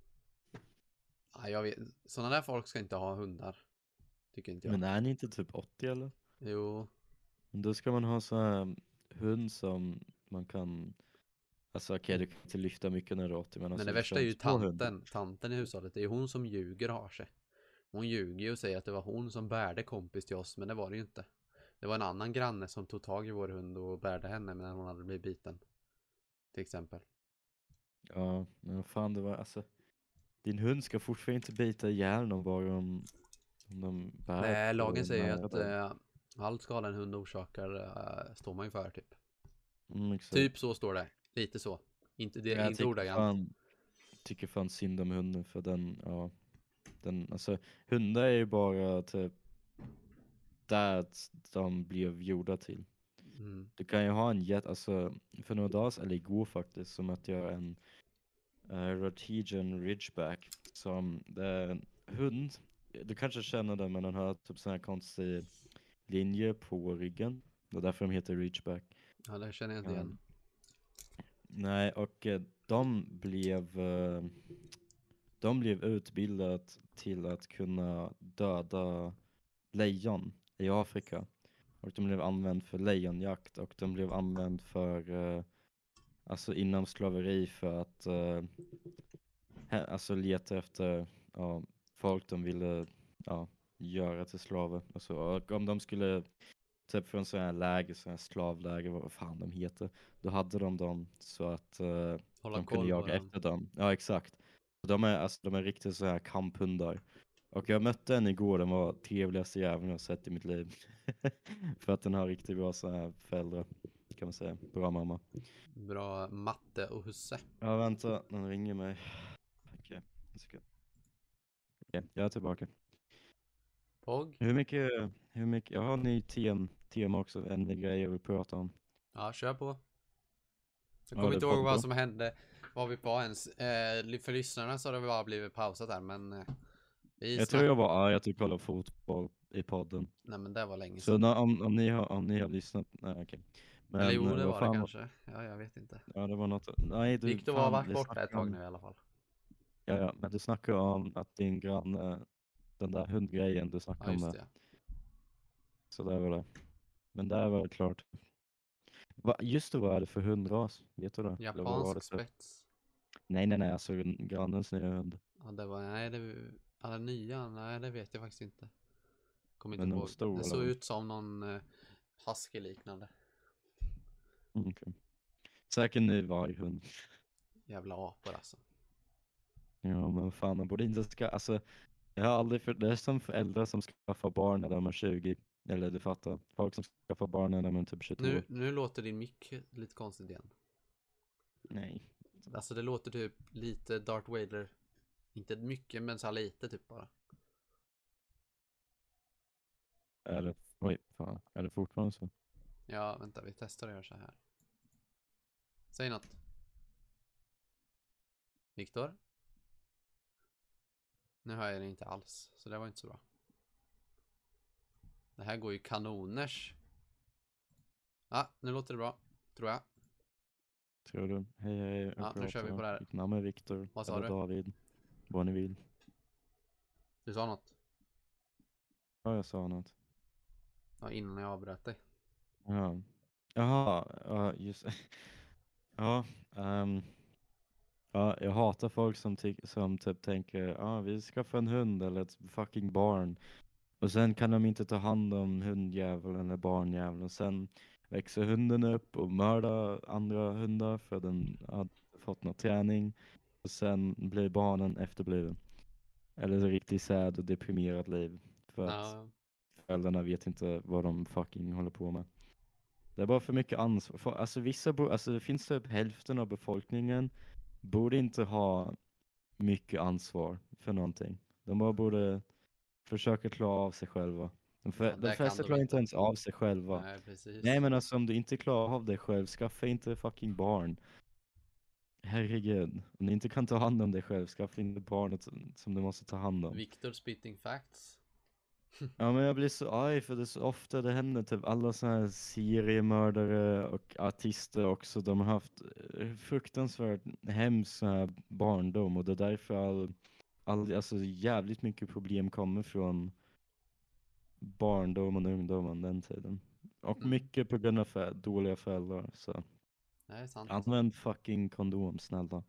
[SPEAKER 1] Ja, jag vet. Sådana där folk ska inte ha hundar. Tycker inte jag.
[SPEAKER 2] Men är ni inte typ 80 eller?
[SPEAKER 1] Jo.
[SPEAKER 2] Men då ska man ha så här hund som man kan... Alltså okej, du kan inte lyfta mycket när du är 80. Men,
[SPEAKER 1] Men
[SPEAKER 2] alltså,
[SPEAKER 1] det
[SPEAKER 2] du
[SPEAKER 1] värsta är
[SPEAKER 2] kör
[SPEAKER 1] ju
[SPEAKER 2] två hundar.
[SPEAKER 1] tanten i hushållet. Det är ju hon som ljuger och har sig. Hon ljuger ju och säger att det var hon som bärde kompis till oss. Men det var det ju inte. Det var en annan granne som tog tag i vår hund och bärde henne när hon hade blivit biten. Till exempel.
[SPEAKER 2] Ja, men fan det var alltså... Din hund ska fortfarande inte bita ihjäl någon bara om de bär.
[SPEAKER 1] Nej, lagen säger ju
[SPEAKER 2] nära
[SPEAKER 1] att
[SPEAKER 2] dig.
[SPEAKER 1] all skada en hund orsakar står man ju för typ.
[SPEAKER 2] Exakt.
[SPEAKER 1] Typ så står det. Lite så. Inte
[SPEAKER 2] Jag
[SPEAKER 1] inte ordagrant.
[SPEAKER 2] tycker fan synd om hunden för alltså hundar är ju bara typ där de blev gjorda till.
[SPEAKER 1] Mm.
[SPEAKER 2] Du kan ju ha alltså för några dagar eller igår faktiskt så mötte jag en Rhodesian Ridgeback som det är en hund. Du kanske känner den, men den har typ sån här konstig linje på ryggen. Det är därför de heter Ridgeback.
[SPEAKER 1] Ja, det känner jag inte igen.
[SPEAKER 2] Nej, och de blev utbildat till att kunna döda lejon i Afrika. Och de blev använd för lejonjakt och de blev använd för alltså inom slaveri för att alltså leta efter folk de ville göra till slaver. Alltså, och om de skulle typ från sådana här läger, sådana här slavläger, vad fan de heter, då hade de dem så att
[SPEAKER 1] Hålla
[SPEAKER 2] de kunde
[SPEAKER 1] koll på
[SPEAKER 2] jaga
[SPEAKER 1] dem.
[SPEAKER 2] efter dem. Ja, exakt. De är riktigt så här kamphundar. Och jag mötte en igår, den var trevligaste jäveln jag sett i mitt liv. För att den har riktigt bra så här föräldrar, kan man säga. Bra mamma.
[SPEAKER 1] Bra matte och husse.
[SPEAKER 2] Ja, vänta, den ringer mig. Okej, jag är tillbaka.
[SPEAKER 1] Pog?
[SPEAKER 2] Hur mycket, jag har en ny tema också, en ny grej jag vill prata om.
[SPEAKER 1] Ja, kör på. Jag
[SPEAKER 2] Ja,
[SPEAKER 1] kommer
[SPEAKER 2] det
[SPEAKER 1] inte ihåg
[SPEAKER 2] pågår.
[SPEAKER 1] vad som hände. Vad vi var ens. För lyssnarna så har det bara blivit pausat här. Men
[SPEAKER 2] Jag tror jag var arg att du kollar fotboll i podden.
[SPEAKER 1] Nej, men det var länge
[SPEAKER 2] Så
[SPEAKER 1] sedan.
[SPEAKER 2] om ni har lyssnat, nej okej. Men
[SPEAKER 1] Eller jo, det
[SPEAKER 2] vad
[SPEAKER 1] var det
[SPEAKER 2] fan,
[SPEAKER 1] kanske. Ja, jag vet inte.
[SPEAKER 2] ja det var något, nej du
[SPEAKER 1] Victor har varit borta ett tag nu i alla fall.
[SPEAKER 2] Ja, men du snackar om att din granne, den där hundgrejen du snackade
[SPEAKER 1] Ja,
[SPEAKER 2] om
[SPEAKER 1] just
[SPEAKER 2] det.
[SPEAKER 1] det.
[SPEAKER 2] Så där var det. Men där var det klart. Just det, vad är det för hundras? Vet du det? Eller vad var det
[SPEAKER 1] Japansk
[SPEAKER 2] för?
[SPEAKER 1] spets.
[SPEAKER 2] Nej, alltså grannens nya hund.
[SPEAKER 1] Ja, det var, nej, alla nya, nej, det vet jag faktiskt inte. Kommer inte
[SPEAKER 2] Men de
[SPEAKER 1] ihåg.
[SPEAKER 2] stora,
[SPEAKER 1] Det såg
[SPEAKER 2] eller?
[SPEAKER 1] ut som någon husky liknande.
[SPEAKER 2] Okay. Säkert ny varghund.
[SPEAKER 1] Jävla apor alltså.
[SPEAKER 2] Ja, men fan, man borde inte alltså, jag har aldrig det är som föräldrar som skaffar barn när de är 20. Eller du fattar, folk som skaffar barn när de är typ 22.
[SPEAKER 1] Nu låter din mick lite konstigt igen.
[SPEAKER 2] Nej.
[SPEAKER 1] Alltså det låter typ lite Darth Vader. Inte mycket, men så här lite typ bara.
[SPEAKER 2] Är det fortfarande så?
[SPEAKER 1] Ja, vänta, vi testar att göra så här. Säg något. Viktor? Nu hör jag det inte alls. Så det var inte så bra. Det här går ju kanoners. Ja, nu låter det bra. Tror jag.
[SPEAKER 2] Tror du? Hej, hej.
[SPEAKER 1] Ja, nu kör vi på det här.
[SPEAKER 2] Mitt namn är Viktor.
[SPEAKER 1] Vad sa
[SPEAKER 2] Eller
[SPEAKER 1] du?
[SPEAKER 2] David. Vad ni vill.
[SPEAKER 1] Du sa något?
[SPEAKER 2] Ja, jag sa något.
[SPEAKER 1] Ja, innan jag avbröt dig.
[SPEAKER 2] Ja. Jaha, ja, just ja, ja, jag hatar folk som typ tänker, ja, vi skaffar en hund eller ett fucking barn. Och sen kan de inte ta hand om hundjäveln eller barnjäveln. Och sen växer hunden upp och mördar andra hundar för den har fått någon träning. Och sen blir barnen efterbliven. Eller ett riktigt sad och deprimerat liv. För att
[SPEAKER 1] Ja,
[SPEAKER 2] föräldrarna vet inte vad de fucking håller på med. Det är bara för mycket ansvar. Alltså det finns typ hälften av befolkningen borde inte ha mycket ansvar för någonting. De bara borde försöka klara av sig själva.
[SPEAKER 1] ja,
[SPEAKER 2] De
[SPEAKER 1] det kan
[SPEAKER 2] flesta
[SPEAKER 1] de
[SPEAKER 2] klarar inte
[SPEAKER 1] inte.
[SPEAKER 2] ens av sig själva.
[SPEAKER 1] Nej, precis.
[SPEAKER 2] Nej, men alltså om du inte klarar av dig själv, skaffa inte fucking barn. Herregud. Om du inte kan ta hand om dig själv, skaffa inte barnet som du måste ta hand om.
[SPEAKER 1] Victor spitting facts.
[SPEAKER 2] Ja, men jag blir så arg för det är så ofta det händer, typ alla såna här seriemördare och artister också, de har haft fruktansvärt hemsk så här barndom, och det är därför alltså jävligt mycket problem kommer från barndomen och ungdomen den tiden. Och mycket på grund av dåliga föräldrar, så
[SPEAKER 1] Det är sant.
[SPEAKER 2] använd fucking kondom, snälla.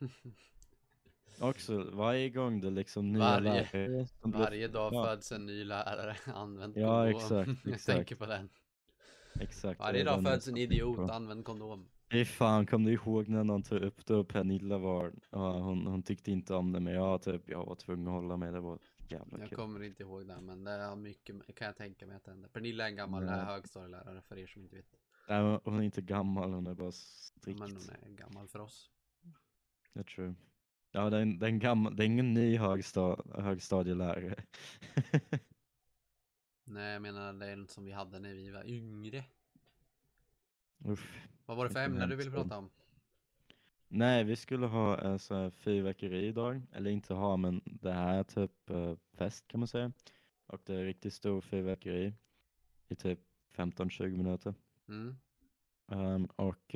[SPEAKER 2] Också, varje gång det liksom nya lärare som
[SPEAKER 1] Varje dag
[SPEAKER 2] ja,
[SPEAKER 1] föds en ny lärare. Använd
[SPEAKER 2] ja,
[SPEAKER 1] kondom.
[SPEAKER 2] exakt,
[SPEAKER 1] Jag
[SPEAKER 2] exakt.
[SPEAKER 1] tänker på den.
[SPEAKER 2] Exakt.
[SPEAKER 1] Varje dag föds en idiot. Använd kondom.
[SPEAKER 2] Hej fan, kom du ihåg när någon tog upp det och Pernilla var, ja, hon tyckte inte om det, men jag var tvungen att hålla med, det var jävla
[SPEAKER 1] Jag
[SPEAKER 2] kul.
[SPEAKER 1] kommer inte ihåg det, men det är mycket, kan jag tänka mig att det händer. Pernilla är en gammal högstadielärare för er som inte vet.
[SPEAKER 2] Nej, men hon är inte gammal, hon är bara
[SPEAKER 1] Ja,
[SPEAKER 2] strikt.
[SPEAKER 1] men hon är gammal för oss.
[SPEAKER 2] Jag tror. Ja, det är ingen ny högstadielärare.
[SPEAKER 1] Nej, jag menar det är något som vi hade när vi var yngre.
[SPEAKER 2] Uff.
[SPEAKER 1] Vad var det för ämne du ville prata om?
[SPEAKER 2] Nej, vi skulle ha en sån här fyrverkeri idag. Eller inte ha, men det här är typ fest kan man säga. Och det är riktigt stor fyrverkeri i typ 15-20 minuter. Och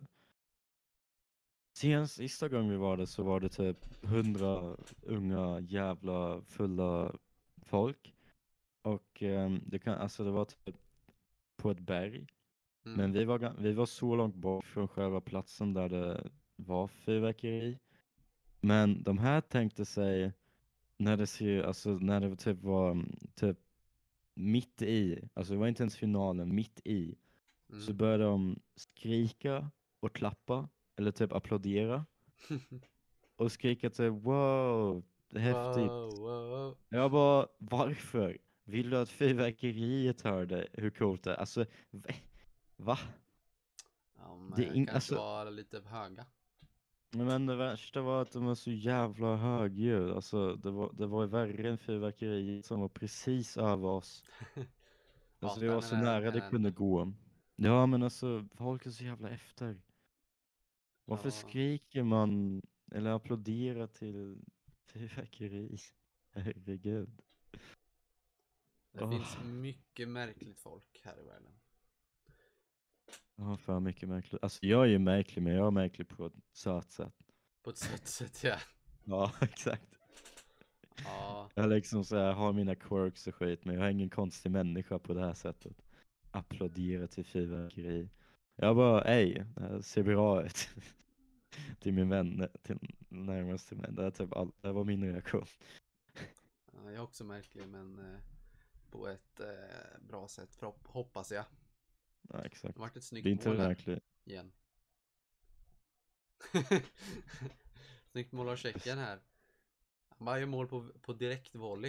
[SPEAKER 2] sista gången vi var där så var det typ 100 unga jävla fulla folk. Och det var typ på ett berg. Men vi var så långt bort från själva platsen där det var fyrverkeri. Men de här tänkte sig när det typ var typ mitt i, alltså det var inte ens finalen, mitt i, så började de skrika och klappa eller typ applådera och skrika typ wow, häftigt.
[SPEAKER 1] Wow.
[SPEAKER 2] Jag bara, varför? Vill du att fyrverkeriet hörde hur coolt det är? Alltså, va?
[SPEAKER 1] Ja,
[SPEAKER 2] Det är
[SPEAKER 1] kanske var lite höga.
[SPEAKER 2] Men det värsta var att de var så jävla högljudd. Alltså, det var värre än fyrverkeriet som var precis över oss. Alltså, vi var så nära det kunde gå. Ja, men alltså, folk är så jävla efter. Varför skriker man eller applåderar till fyrverkeri? Herregud.
[SPEAKER 1] Det finns mycket märkligt folk här i världen.
[SPEAKER 2] Ja, för mycket märkligt. Alltså, jag är ju märklig, men jag är märklig på ett sött sätt.
[SPEAKER 1] På ett sött sätt, ja.
[SPEAKER 2] Ja, exakt.
[SPEAKER 1] Ja.
[SPEAKER 2] Jag liksom så här, har mina quirks och skit, men jag är ingen konstig människa på det här sättet. Applådera till fyrverkeri. Jag bara, ej, det ser bra ut. Till min vän, till närmaste vän. Det var min reaktion.
[SPEAKER 1] Ja, jag är också märklig, men på ett bra sätt, hoppas jag.
[SPEAKER 2] Ja, exakt.
[SPEAKER 1] Det har varit ett snyggt
[SPEAKER 2] det är inte
[SPEAKER 1] mål här
[SPEAKER 2] verkligen
[SPEAKER 1] igen. Snyggt mål av Tjeckien här. Han bara gör mål på direkt volley.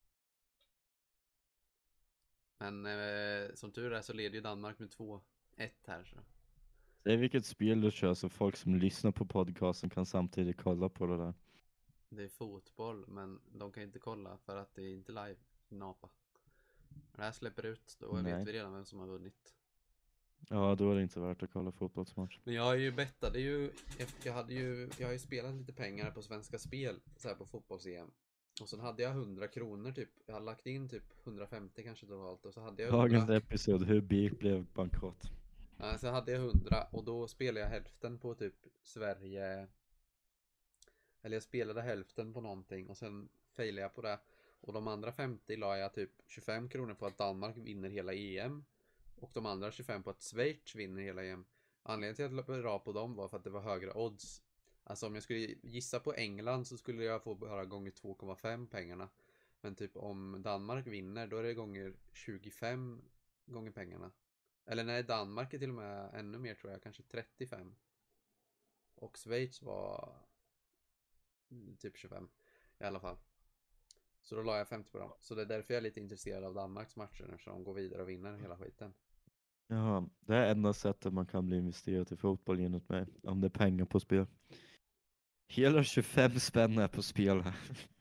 [SPEAKER 1] Men som tur är så leder ju Danmark med 2-1 här. Så.
[SPEAKER 2] Det är vilket spel du kör, så folk som lyssnar på podcasten kan samtidigt kolla på det där.
[SPEAKER 1] Det är fotboll, men de kan inte kolla för att det är inte live i Napa. När det här släpper ut, då vet vi redan vem som har vunnit.
[SPEAKER 2] Ja, då är det inte värt att kolla fotbollsmatch.
[SPEAKER 1] Men jag har ju bettat, jag har ju spelat lite pengar på Svenska Spel så här på fotbolls-EM. Och sen hade jag 100 kronor typ. Jag hade lagt in typ 150 kanske totalt. Och så hade jag
[SPEAKER 2] Dagens
[SPEAKER 1] 100.
[SPEAKER 2] episod, hur BIK blev bankrott.
[SPEAKER 1] Ja, så hade jag 100 och då spelade jag hälften på typ Sverige. Eller jag spelade hälften på någonting och sen failade jag på det. Och de andra 50 la jag typ 25 kronor på att Danmark vinner hela EM. Och de andra 25 på att Schweiz vinner hela EM. Anledningen till att jag la bra på dem var för att det var högre odds. Alltså om jag skulle gissa på England så skulle jag få bara gånger 2,5 pengarna. Men typ om Danmark vinner då är det gånger 25 gånger pengarna. Eller nej, Danmark är till och med ännu mer tror jag, kanske 35. Och Schweiz var typ 25 i alla fall. Så då la jag 50 på dem. Så det är därför jag är lite intresserad av Danmarks matcher eftersom de går vidare och vinner hela skiten.
[SPEAKER 2] Jaha, det är enda sättet man kan bli investerad i fotboll enligt mig. Om det är pengar på spel. Hela 25 spänn är på spel här.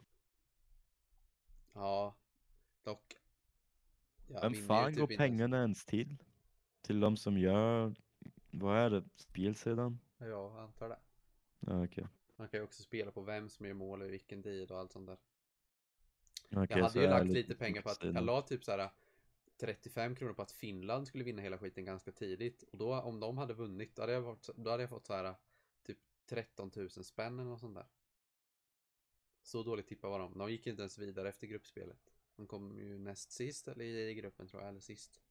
[SPEAKER 1] Ja, dock. Jag
[SPEAKER 2] Vem
[SPEAKER 1] vinner ju
[SPEAKER 2] fan går
[SPEAKER 1] typ inte ens.
[SPEAKER 2] pengarna ens till? Till de som gör, vad är det, spelsidan?
[SPEAKER 1] Ja, jag antar det.
[SPEAKER 2] Ja, okej.
[SPEAKER 1] Man kan ju också spela på vem som gör mål och i vilken tid och allt sånt där.
[SPEAKER 2] Okej,
[SPEAKER 1] Jag hade
[SPEAKER 2] så
[SPEAKER 1] ju
[SPEAKER 2] är det
[SPEAKER 1] lagt
[SPEAKER 2] lite
[SPEAKER 1] lite pengar på att jag
[SPEAKER 2] sidan.
[SPEAKER 1] la typ så här 35 kronor på att Finland skulle vinna hela skiten ganska tidigt. Och då om de hade vunnit då hade jag fått så här typ 13 000 spänn eller något sånt där. Så dåligt tippade var de. De gick inte ens vidare efter gruppspelet. De kom ju näst sist eller i gruppen tror jag, eller sist.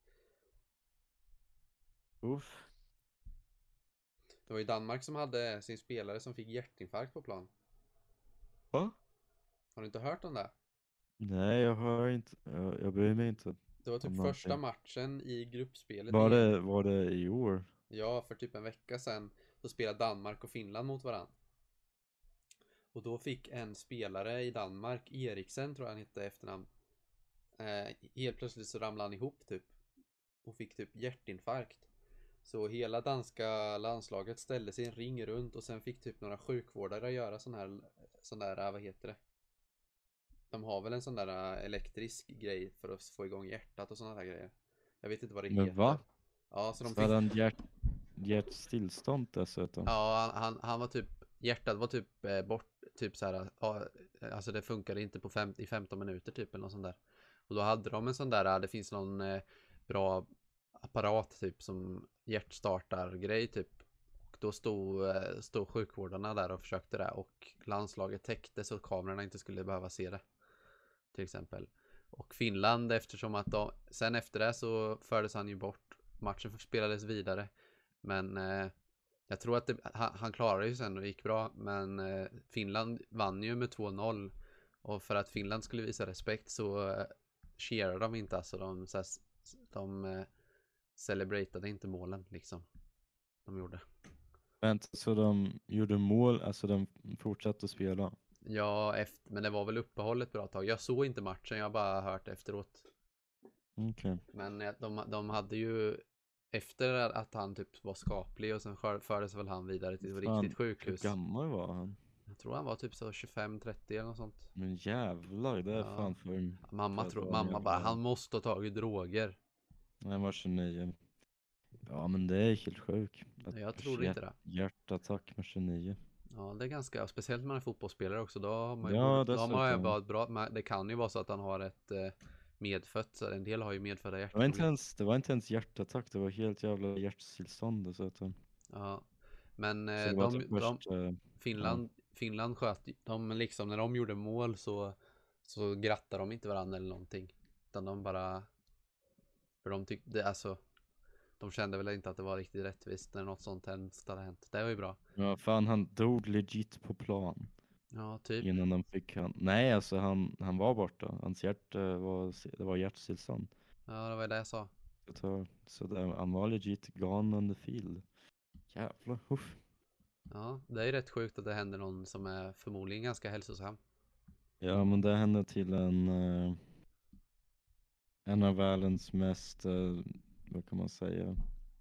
[SPEAKER 2] Uff.
[SPEAKER 1] Det var ju Danmark som hade sin spelare som fick hjärtinfarkt på plan.
[SPEAKER 2] Va?
[SPEAKER 1] Har du inte hört om det?
[SPEAKER 2] Nej, jag hör inte, jag bryr mig inte
[SPEAKER 1] Det var
[SPEAKER 2] om
[SPEAKER 1] typ
[SPEAKER 2] någonting.
[SPEAKER 1] första matchen i gruppspelet
[SPEAKER 2] Var
[SPEAKER 1] i EM.
[SPEAKER 2] var det i år?
[SPEAKER 1] Ja, för typ en vecka sedan. Då spelade Danmark och Finland mot varandra. Och då fick en spelare i Danmark, Eriksen tror jag han hette efternamn. Helt plötsligt så ramlade han ihop typ. Och fick typ hjärtinfarkt. Så hela danska landslaget ställde sig i en ring runt och sen fick typ några sjukvårdare göra sån där, vad heter det? De har väl en sån där elektrisk grej för att få igång hjärtat och såna där grejer. Jag vet inte vad det
[SPEAKER 2] Men
[SPEAKER 1] heter.
[SPEAKER 2] va?
[SPEAKER 1] Ja, så de
[SPEAKER 2] Så hade
[SPEAKER 1] fick.
[SPEAKER 2] han hjärtstillstånd dessutom.
[SPEAKER 1] Ja, han var typ. Hjärtat var typ bort. Typ så här. Ja, alltså det funkade inte på i 15 minuter typ eller något sånt där. Och då hade de en sån där. Det finns någon bra apparat typ som hjärtstartar grej typ. Och då stod sjukvårdarna där och försökte det. Och landslaget täckte så kamerorna inte skulle behöva se det. Till exempel. Och Finland eftersom att sen efter det så fördes han ju bort. Matchen spelades vidare. Men jag tror att han klarade ju sen och gick bra. Men Finland vann ju med 2-0. Och för att Finland skulle visa respekt så cheerade de inte. Alltså de celebratade inte målen liksom. De gjorde.
[SPEAKER 2] Vänta, så de gjorde mål, alltså de fortsatte spela?
[SPEAKER 1] Ja, men det var väl uppehåll ett bra tag. Jag såg inte matchen, jag har bara hört efteråt.
[SPEAKER 2] Okej.
[SPEAKER 1] Men de hade ju efter att han typ var skaplig och sen fördes väl han vidare till ett
[SPEAKER 2] Fan,
[SPEAKER 1] riktigt sjukhus.
[SPEAKER 2] hur gammal var han?
[SPEAKER 1] Jag tror han var typ så 25-30 eller något sånt.
[SPEAKER 2] Men jävlar, det är
[SPEAKER 1] Ja.
[SPEAKER 2] fan för...
[SPEAKER 1] Mamma bara, han måste ha tagit droger.
[SPEAKER 2] Nej, han var 29. Ja, men det är helt sjukt.
[SPEAKER 1] Jag tror inte det.
[SPEAKER 2] Hjärtattack med 29.
[SPEAKER 1] Ja, det är ganska, speciellt när man är fotbollsspelare också. Då har man ju,
[SPEAKER 2] Ja,
[SPEAKER 1] då har man ju
[SPEAKER 2] dessutom.
[SPEAKER 1] bara ett bra, det kan ju vara så att han har ett medfött, så en del har ju medfödda
[SPEAKER 2] Det var
[SPEAKER 1] hjärtproblem.
[SPEAKER 2] inte ens hjärtattack, det var helt jävla hjärtstillstånd dessutom.
[SPEAKER 1] Ja, men
[SPEAKER 2] Så det var typ först,
[SPEAKER 1] Finland sköt de liksom när de gjorde mål så grattade de inte varandra eller någonting, utan de bara, för de tyckte alltså de kände väl inte att det var riktigt rättvist när något sånt hade hänt. Det var ju bra.
[SPEAKER 2] ja, fan han dog legit på plan.
[SPEAKER 1] Ja, typ.
[SPEAKER 2] Innan de fick han. Nej, alltså han var borta. Hans det var hjärtstillstånd.
[SPEAKER 1] Ja, det var det jag sa.
[SPEAKER 2] Han var legit gone on the field. Jävlar, uff.
[SPEAKER 1] Ja, det är rätt sjukt att det händer någon som är förmodligen ganska hälsosam.
[SPEAKER 2] Ja, men det hände till en av världens mest, vad kan man säga,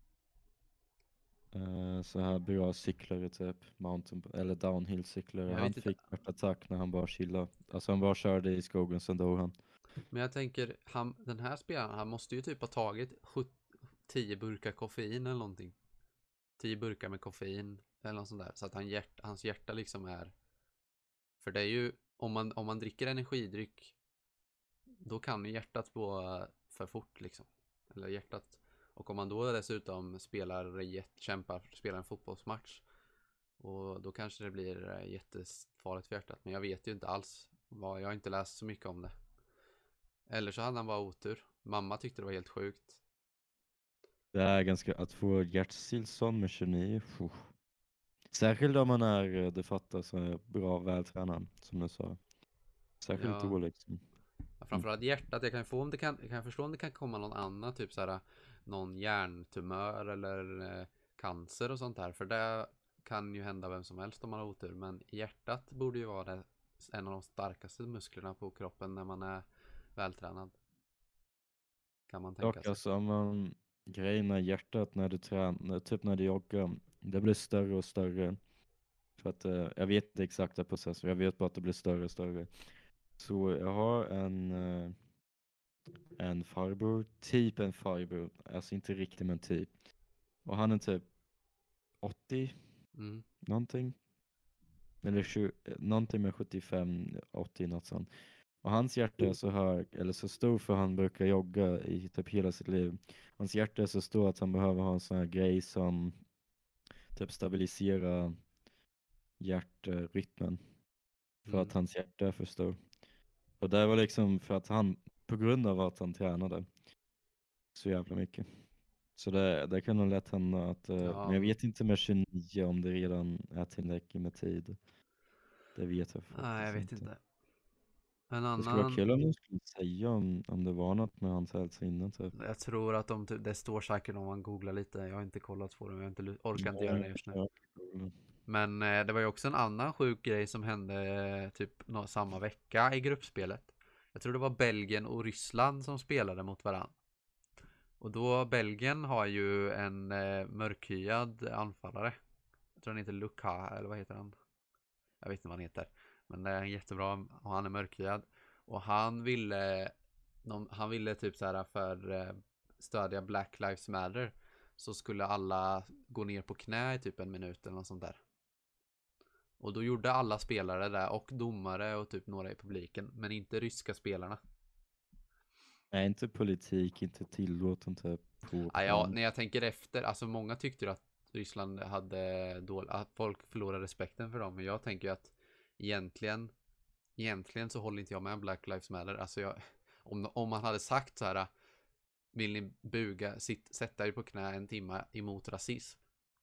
[SPEAKER 2] så här bra cyklare typ, eller downhill cyklare.
[SPEAKER 1] Jag
[SPEAKER 2] Han
[SPEAKER 1] vet inte.
[SPEAKER 2] fick hjärtattack när han bara chillade. Alltså han bara körde i skogen, sen dog han.
[SPEAKER 1] Men jag tänker, den här spelaren, han måste ju typ ha tagit 10 burkar koffein eller någonting. 10 burkar med koffein eller något sånt där. Så att hans hjärta liksom är. För det är ju, om man dricker energidryck, då kan ju hjärtat gå för fort liksom. Eller hjärtat. Och om man då dessutom spelar en fotbollsmatch, och då kanske det blir jättefarligt för hjärtat. Men jag vet ju inte alls. Jag har inte läst så mycket om det. Eller så hade han bara otur. Mamma tyckte det var helt sjukt.
[SPEAKER 2] Det är ganska, att få hjärtstillstånd med 29, puh. Särskilt om man är, det fattar, så är bra vältränad, som du sa. Särskilt
[SPEAKER 1] Ja,
[SPEAKER 2] då liksom.
[SPEAKER 1] framförallt hjärtat. Jag kan förstå om det kan komma någon annan, typ så här, någon hjärntumör eller cancer och sånt där. För det kan ju hända vem som helst om man har otur. Men hjärtat borde ju vara en av de starkaste musklerna på kroppen när man är vältränad. Kan man tänka
[SPEAKER 2] Och
[SPEAKER 1] sig.
[SPEAKER 2] alltså om man grejer hjärtat när du tränar, typ när du joggar, det blir större och större. För att jag vet inte exakta processer, jag vet bara att det blir större och större. Så jag har en farbror, typ en farbror, alltså inte riktigt men typ. Och han är typ 80
[SPEAKER 1] Mm.
[SPEAKER 2] någonting. Eller någonting med 75, 80 något sånt. Och hans hjärta är så hög, eller så stor, för han brukar jogga i typ hela sitt liv. Hans hjärta är så stor att han behöver ha en sån här grej som typ stabiliserar hjärtrytmen. För att hans hjärta är för stor. Och det var liksom för att han, på grund av att han tränade så jävla mycket. Så det kan nog lätt hända att, men jag
[SPEAKER 1] Ja,
[SPEAKER 2] vet inte med 29 om det redan är tillräckligt med tid. Det vet jag
[SPEAKER 1] nej, jag
[SPEAKER 2] faktiskt
[SPEAKER 1] vet
[SPEAKER 2] inte.
[SPEAKER 1] inte. En
[SPEAKER 2] Det skulle vara
[SPEAKER 1] annan,
[SPEAKER 2] kul om de skulle säga om det var något med hans hälsa innan typ.
[SPEAKER 1] jag tror att det står säkert om man googlar lite. Jag har inte kollat på det, jag har inte orkar inte göra
[SPEAKER 2] Ja,
[SPEAKER 1] det just nu.
[SPEAKER 2] ja.
[SPEAKER 1] Men det var ju också en annan sjuk grej som hände typ samma vecka i gruppspelet. Jag tror det var Belgien och Ryssland som spelade mot varann. Och då, Belgien har ju en mörkhyad anfallare. Jag tror han heter Luka, eller vad heter han? Jag vet inte vad han heter. Men det är jättebra, och han är mörkhyad. Och han ville typ så här för stödja Black Lives Matter, så skulle alla gå ner på knä i typ en minut eller något sånt där. Och då gjorde alla spelare det, och domare och typ några i publiken, men inte ryska spelarna.
[SPEAKER 2] Nej, inte politik, inte tillåten typ på
[SPEAKER 1] Ja,
[SPEAKER 2] plan.
[SPEAKER 1] när jag tänker efter, alltså många tyckte ju att Ryssland hade att folk förlorade respekten för dem, men jag tänker ju att egentligen så håller inte jag med Black Lives Matter. Alltså om man hade sagt så här: vill ni sätta er på knä en timme emot rasism,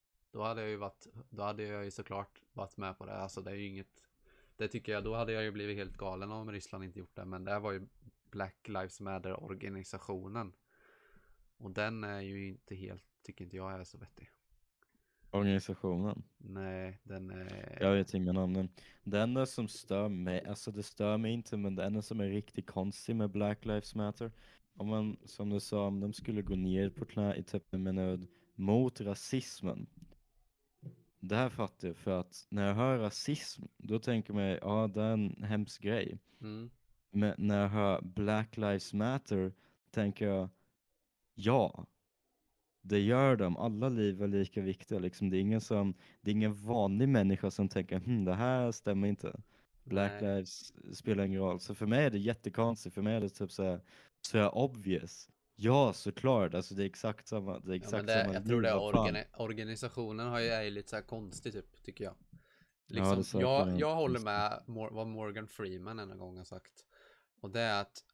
[SPEAKER 1] då hade jag ju såklart varit med på det. Alltså det är ju inget, det tycker jag, då hade jag ju blivit helt galen om Ryssland inte gjort det. Men det var ju Black Lives Matter organisationen, och den är ju inte helt, tycker inte jag är så vettig.
[SPEAKER 2] Organisationen.
[SPEAKER 1] Nej, den
[SPEAKER 2] Jag
[SPEAKER 1] är...
[SPEAKER 2] vet ingen om den. Det enda som stör mig, alltså det stör mig inte, men det enda som är riktigt konstigt med Black Lives Matter, om man, som du sa, om de skulle gå ner på knä i typ en minut mot rasismen. Det här fattar jag, för att när jag hör rasism, då tänker man, ja, det är en hemsk grej.
[SPEAKER 1] Mm.
[SPEAKER 2] Men när jag hör Black Lives Matter tänker jag, ja, det gör de. Alla liv är lika viktiga. Liksom. Det är ingen vanlig människa som tänker, det här stämmer inte. Black
[SPEAKER 1] Nej.
[SPEAKER 2] lives spelar ingen roll. Så för mig är det jättekonstigt. För mig är det typ så här obvious. Ja, såklart. Alltså det är exakt samma, det är
[SPEAKER 1] Ja, men
[SPEAKER 2] exakt samma
[SPEAKER 1] jag tror
[SPEAKER 2] liv.
[SPEAKER 1] det
[SPEAKER 2] Vad fan?
[SPEAKER 1] organisationen är ju lite så här konstig typ, tycker jag.
[SPEAKER 2] Ja, det
[SPEAKER 1] Liksom,
[SPEAKER 2] saknar
[SPEAKER 1] jag håller
[SPEAKER 2] konstigt.
[SPEAKER 1] med vad Morgan Freeman en gång har sagt. Och det är att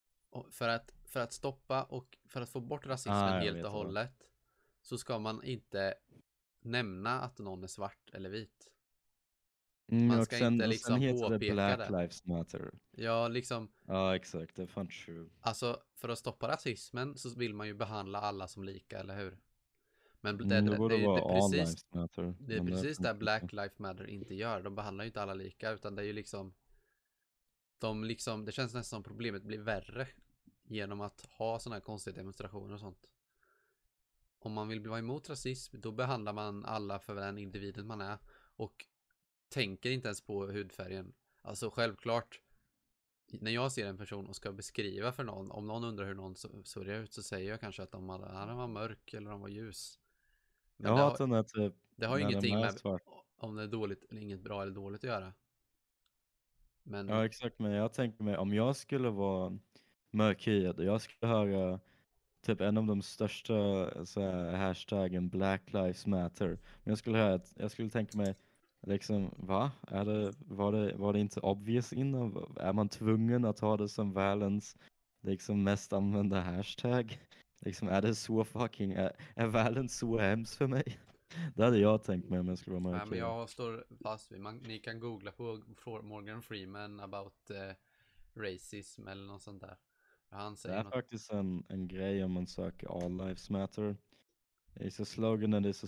[SPEAKER 1] för att stoppa och för att få bort rasismen
[SPEAKER 2] Jag
[SPEAKER 1] helt och
[SPEAKER 2] vet vad.
[SPEAKER 1] hållet, så ska man inte nämna att någon är svart eller vit. Man
[SPEAKER 2] Och
[SPEAKER 1] ska inte
[SPEAKER 2] sen
[SPEAKER 1] liksom
[SPEAKER 2] heter det
[SPEAKER 1] påpeka
[SPEAKER 2] Black
[SPEAKER 1] det.
[SPEAKER 2] Lives Matter.
[SPEAKER 1] Ja, liksom,
[SPEAKER 2] Ja, exakt. Det är fan true.
[SPEAKER 1] alltså för att stoppa rasismen så vill man ju behandla alla som lika, eller hur? Men
[SPEAKER 2] Det borde vara All Lives Matter.
[SPEAKER 1] det är
[SPEAKER 2] Men det
[SPEAKER 1] precis det
[SPEAKER 2] funkar inte.
[SPEAKER 1] Black Lives Matter inte gör. De behandlar ju inte alla lika, utan det är ju liksom, det känns nästan som problemet blir värre genom att ha sådana här konstiga demonstrationer och sånt. Om man vill vara emot rasism, då behandlar man alla för den individen man är och tänker inte ens på hudfärgen. Alltså självklart, när jag ser en person och ska beskriva för någon, om någon undrar hur någon såg ut, så säger jag kanske att han var mörk eller de var ljus.
[SPEAKER 2] Jag
[SPEAKER 1] Men
[SPEAKER 2] hatar när typ,
[SPEAKER 1] det har ju
[SPEAKER 2] när de
[SPEAKER 1] ingenting
[SPEAKER 2] är
[SPEAKER 1] med
[SPEAKER 2] svart.
[SPEAKER 1] om det är dåligt eller inget bra eller dåligt att göra. Men
[SPEAKER 2] Ja, exakt, men jag tänker mig om jag skulle vara mörkhyad och jag skulle höra typ en av de största så här, hashtaggen Black Lives Matter. Men jag skulle tänka mig liksom, va? Var det inte obvious innan? Är man tvungen att ha det som världens liksom mest använda hashtag? Liksom, är det så fucking, är världen så hemskt för mig? Det hade jag tänkt mig om jag skulle vara
[SPEAKER 1] nej, men
[SPEAKER 2] mörkhyad.
[SPEAKER 1] jag står fast vid, ni kan googla på Morgan Freeman about racism eller något sånt där. Han
[SPEAKER 2] Det
[SPEAKER 1] säger
[SPEAKER 2] är
[SPEAKER 1] något.
[SPEAKER 2] faktiskt en grej om man söker All Lives Matter. It's a slogan that is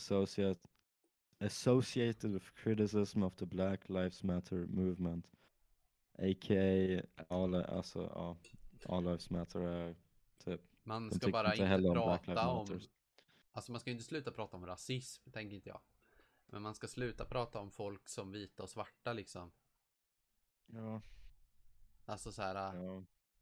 [SPEAKER 2] associated with criticism of the Black Lives Matter movement. A.k.a. All Lives Matter är typ,
[SPEAKER 1] Man
[SPEAKER 2] den
[SPEAKER 1] ska
[SPEAKER 2] tycker
[SPEAKER 1] bara
[SPEAKER 2] inte
[SPEAKER 1] inte
[SPEAKER 2] heller om Black Lives
[SPEAKER 1] prata
[SPEAKER 2] Matter.
[SPEAKER 1] om, alltså man ska ju inte sluta prata om rasism, tänker inte jag. Men man ska sluta prata om folk som vita och svarta liksom.
[SPEAKER 2] Ja,
[SPEAKER 1] Alltså så här,
[SPEAKER 2] ja.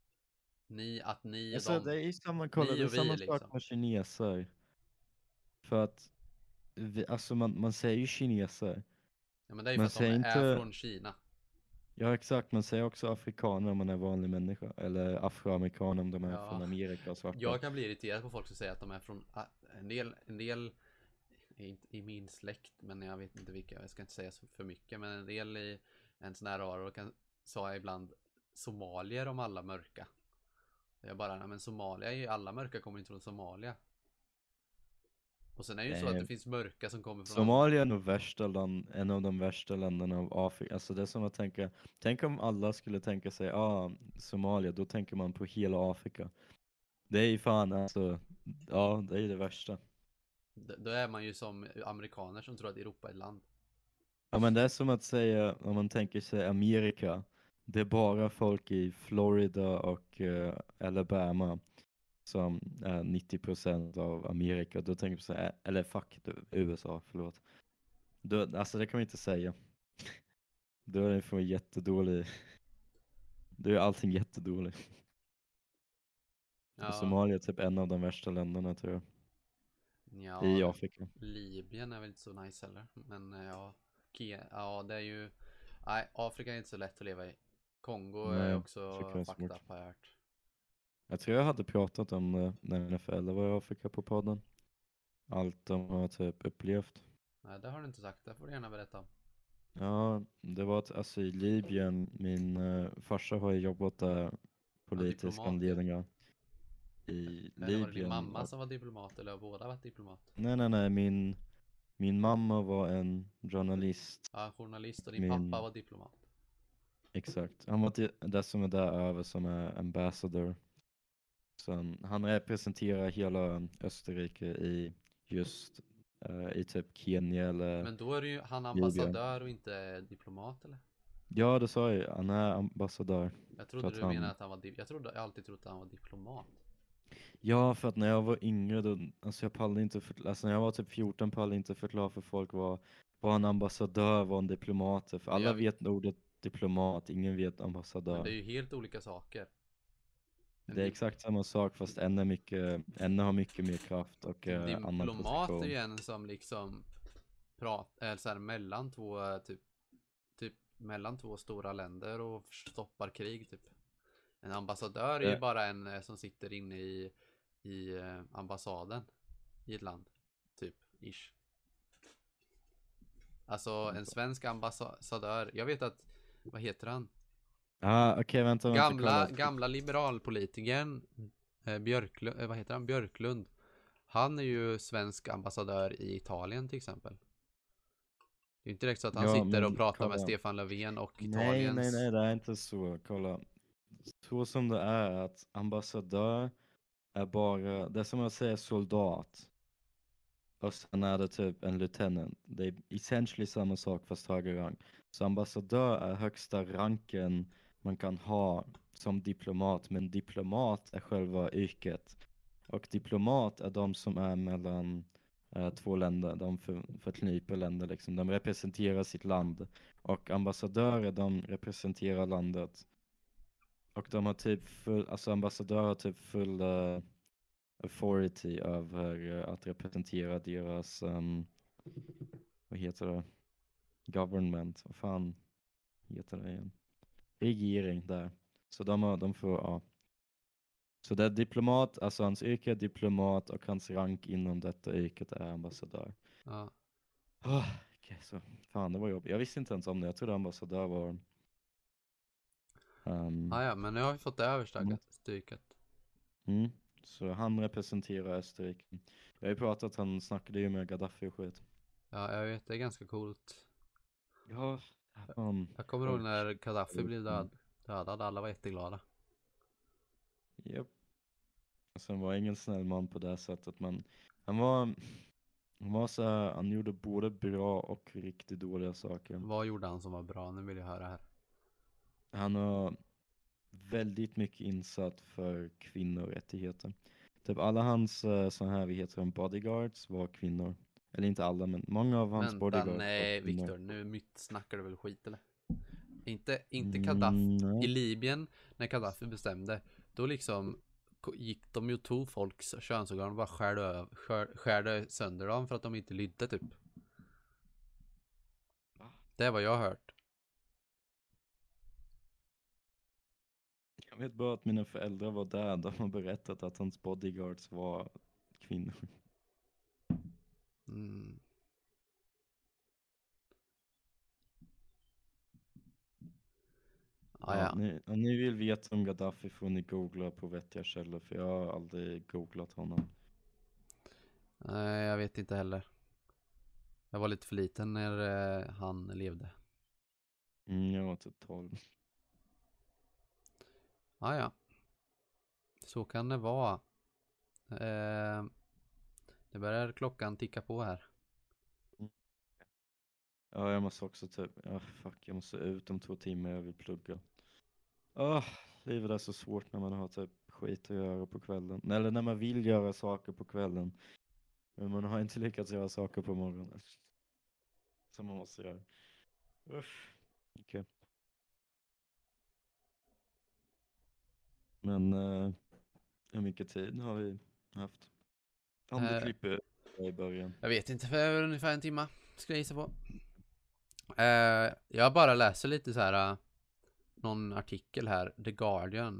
[SPEAKER 1] ni och
[SPEAKER 2] Alltså det
[SPEAKER 1] dem,
[SPEAKER 2] är ju samma, kolla,
[SPEAKER 1] ni
[SPEAKER 2] det är
[SPEAKER 1] och
[SPEAKER 2] samma
[SPEAKER 1] vi
[SPEAKER 2] sak
[SPEAKER 1] liksom.
[SPEAKER 2] med kineser. För att, alltså man säger ju kineser.
[SPEAKER 1] Ja, men det är ju för
[SPEAKER 2] Man
[SPEAKER 1] att de
[SPEAKER 2] säger
[SPEAKER 1] är
[SPEAKER 2] inte,
[SPEAKER 1] från Kina.
[SPEAKER 2] ja exakt, man säger också afrikaner om man är vanlig människa. Eller afroamerikaner om de är
[SPEAKER 1] Ja,
[SPEAKER 2] från Amerika och svarta.
[SPEAKER 1] jag kan bli irriterad på folk som säger att de är från, en del i min släkt, men jag vet inte vilka, jag ska inte säga så för mycket, men en del i en sån här rara kan sa ibland somalier om alla mörka. Jag bara, nej men Somalia är ju, alla mörka kommer inte från Somalia. Och sen är det ju så att det finns mörka som kommer från andra.
[SPEAKER 2] Somalia är nog en av de värsta länderna av Afrika. Alltså det är som att tänk om alla skulle tänka sig, Somalia, då tänker man på hela Afrika. Det är ju fan alltså, ja det är ju det värsta.
[SPEAKER 1] Då är man ju som amerikaner som tror att Europa är ett land.
[SPEAKER 2] Ja men det är som att säga, om man tänker sig Amerika, det är bara folk i Florida och Alabama som är 90% av Amerika. Då tänker man så här, eller fuck, USA, förlåt. Alltså det kan man inte säga. Då är det för jättedålig. Då är allting jättedåligt. Och
[SPEAKER 1] Ja,
[SPEAKER 2] Somalia är typ en av de värsta länderna tror jag. I
[SPEAKER 1] ja,
[SPEAKER 2] Afrika.
[SPEAKER 1] Libyen är väl inte så nice heller. Men ja, ja det är ju, nej, Afrika är inte så lätt att leva i. Kongo är
[SPEAKER 2] Nej,
[SPEAKER 1] också
[SPEAKER 2] Afrika är
[SPEAKER 1] fucked
[SPEAKER 2] svårt.
[SPEAKER 1] up har jag hört.
[SPEAKER 2] Jag tror jag hade pratat om det när mina föräldrar var i Afrika på podden. Allt de har typ upplevt.
[SPEAKER 1] Nej, det har du inte sagt, det får du gärna berätta om.
[SPEAKER 2] Ja, det var alltså i Libyen. Min farsa har ju jobbat där
[SPEAKER 1] Ja,
[SPEAKER 2] politiska
[SPEAKER 1] diplomat ju.
[SPEAKER 2] anledningar. I
[SPEAKER 1] Eller var det din
[SPEAKER 2] Libyen.
[SPEAKER 1] mamma som var diplomat eller har båda varit diplomat?
[SPEAKER 2] Nej, min mamma var en journalist.
[SPEAKER 1] Ja, journalist och din pappa
[SPEAKER 2] Min,
[SPEAKER 1] var diplomat.
[SPEAKER 2] exakt. Han var det som är där över som är ambassador. Så han representerar hela Österrike i just i typ Kenya eller
[SPEAKER 1] Men då är det ju han
[SPEAKER 2] Libyen.
[SPEAKER 1] ambassadör och inte diplomat eller?
[SPEAKER 2] Ja, det sa jag ju. Han är ambassadör.
[SPEAKER 1] Jag
[SPEAKER 2] För
[SPEAKER 1] trodde
[SPEAKER 2] att
[SPEAKER 1] du menade att han var jag alltid trott att han var diplomat.
[SPEAKER 2] Ja, för att när jag var yngre då, alltså jag pallade inte alltså när jag var typ 14 pallade jag inte förklara för folk vad en ambassadör var, en diplomat är. För
[SPEAKER 1] Men
[SPEAKER 2] alla vet ordet diplomat, ingen vet
[SPEAKER 1] men det är
[SPEAKER 2] ambassadör.
[SPEAKER 1] ju helt olika saker. En,
[SPEAKER 2] Det är
[SPEAKER 1] di
[SPEAKER 2] exakt samma sak fast en har mycket mer kraft och
[SPEAKER 1] en
[SPEAKER 2] annan
[SPEAKER 1] diplomat är
[SPEAKER 2] position.
[SPEAKER 1] ju en som liksom pratar så här mellan två typ mellan två stora länder och stoppar krig typ. En ambassadör är ju
[SPEAKER 2] Det,
[SPEAKER 1] bara en som sitter inne i ambassaden i ett land. Typ, ish. Alltså en svensk ambassadör. Jag vet att, vad heter han?
[SPEAKER 2] okej, vänta, kolla.
[SPEAKER 1] Gamla liberalpolitikern Björklund, vad heter han? Björklund. Han är ju svensk ambassadör i Italien till exempel. Det är inte direkt så att han
[SPEAKER 2] Ja,
[SPEAKER 1] sitter och
[SPEAKER 2] men
[SPEAKER 1] pratar med
[SPEAKER 2] kolla.
[SPEAKER 1] Stefan Löfven och
[SPEAKER 2] Nej,
[SPEAKER 1] Italiens.
[SPEAKER 2] det är inte så. Kolla. Så som det är att ambassadör är bara, det är som att säga soldat. Och sen är det typ en lieutenant. Det är essentially samma sak fast högre rang. Så ambassadör är högsta ranken man kan ha som diplomat. Men diplomat är själva yrket. Och diplomat är de som är mellan två länder. De förkniper länder liksom. De representerar sitt land. Och ambassadörer, de representerar landet. Och de har typ alltså ambassadörer har typ full authority över att representera deras, vad heter det? Government, vad fan heter det igen? regering där. Så de får, ja. Så det är diplomat, alltså hans yrke är diplomat och hans rank inom detta yrket är ambassadör.
[SPEAKER 1] Ja.
[SPEAKER 2] Okej, så fan det var jobbigt. Jag visste inte ens om det. Jag trodde ambassadör var
[SPEAKER 1] Ja, men nu har vi fått det överstökat.
[SPEAKER 2] Så han representerar Österrike. Jag har ju pratat, han snackade ju med Gaddafi och skit.
[SPEAKER 1] Ja, jag vet, det är ganska coolt.
[SPEAKER 2] Ja,
[SPEAKER 1] Jag kommer ihåg när Gaddafi blev dödad, alla var jätteglada.
[SPEAKER 2] Japp. Alltså han var ingen snäll man på det sättet, men han var så här, han gjorde både bra och riktigt dåliga saker.
[SPEAKER 1] Vad gjorde han som var bra? Nu vill jag höra här.
[SPEAKER 2] Han har väldigt mycket insatt för kvinnorättigheter. Typ alla hans så här, vi heter de, bodyguards var kvinnor. Eller inte alla, men många av hans bodyguards var
[SPEAKER 1] nej
[SPEAKER 2] kvinnor.
[SPEAKER 1] Viktor, nu snackar du väl skit eller? Inte Gaddafi. I Libyen, när Gaddafi bestämde, då liksom gick de ju och tog folks könsorgan och bara skärde sönder dem för att de inte lydde typ. Det är vad jag har hört.
[SPEAKER 2] Jag vet bara att mina föräldrar var där. De har berättat att hans bodyguards var kvinnor.
[SPEAKER 1] Ja.
[SPEAKER 2] Om ni vill veta om Gaddafi får ni googla på vettiga källor, för jag har aldrig googlat honom.
[SPEAKER 1] Nej, jag vet inte heller. Jag var lite för liten när han levde.
[SPEAKER 2] Jag var typ 12.
[SPEAKER 1] Ja. Så kan det vara. Det börjar klockan ticka på här.
[SPEAKER 2] Ja, jag måste också typ, jag måste ut om 2 timmar, jag vill plugga. Livet är så svårt när man har typ skit att göra på kvällen. Eller när man vill göra saker på kvällen. Men man har inte lyckats göra saker på morgonen. Som man måste göra. Okej. Men hur mycket tid har vi haft? Om du klipper i början.
[SPEAKER 1] Jag vet inte, för ungefär 1 timme ska jag gissa på. Jag bara läser lite så här någon artikel här, The Guardian.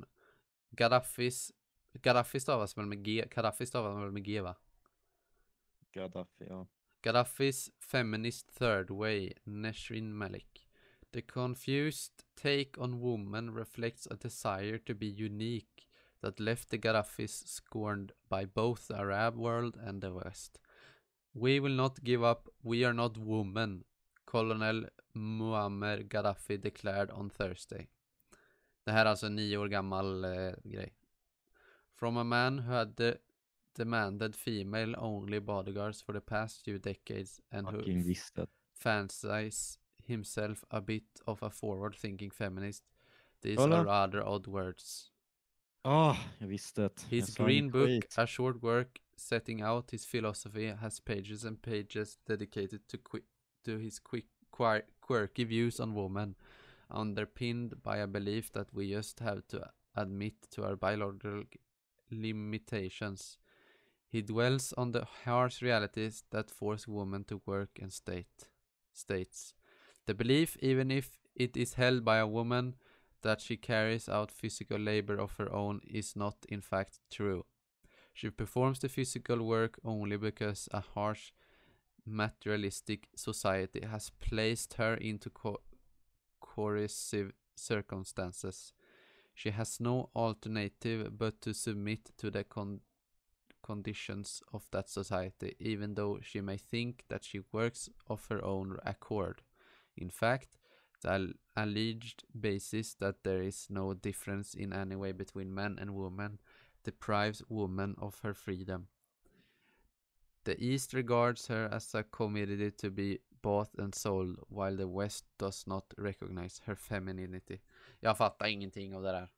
[SPEAKER 1] Gaddafi stavas väl med G. Gaddafi stavas väl med G, va?
[SPEAKER 2] Gaddafi, ja.
[SPEAKER 1] Gaddafi's feminist third way, Nesrin Malik. The confused take on women reflects a desire to be unique that left the Gaddafis scorned by both the Arab world and the West. We will not give up, we are not women, Colonel Muammar Gaddafi declared on Thursday. Det här är alltså en 9 år gammal grej. From a man who had demanded female only bodyguards for the past few decades and who fancies himself a bit of a forward thinking feminist. These are rather odd words.
[SPEAKER 2] Jag visste det.
[SPEAKER 1] His green book, a short work setting out his philosophy, has pages and pages dedicated to his quirky views on women, underpinned by a belief that we just have to admit to our biological limitations. He dwells on the harsh realities that force women to work and states. The belief, even if it is held by a woman, that she carries out physical labor of her own is not in fact true. She performs the physical work only because a harsh materialistic society has placed her into coercive circumstances. She has no alternative but to submit to the conditions of that society, even though she may think that she works of her own accord. In fact, the alleged basis that there is no difference in any way between men and women deprives women of her freedom. The East regards her as a commodity to be bought and sold, while the West does not recognize her femininity. Jag fattar ingenting av det där.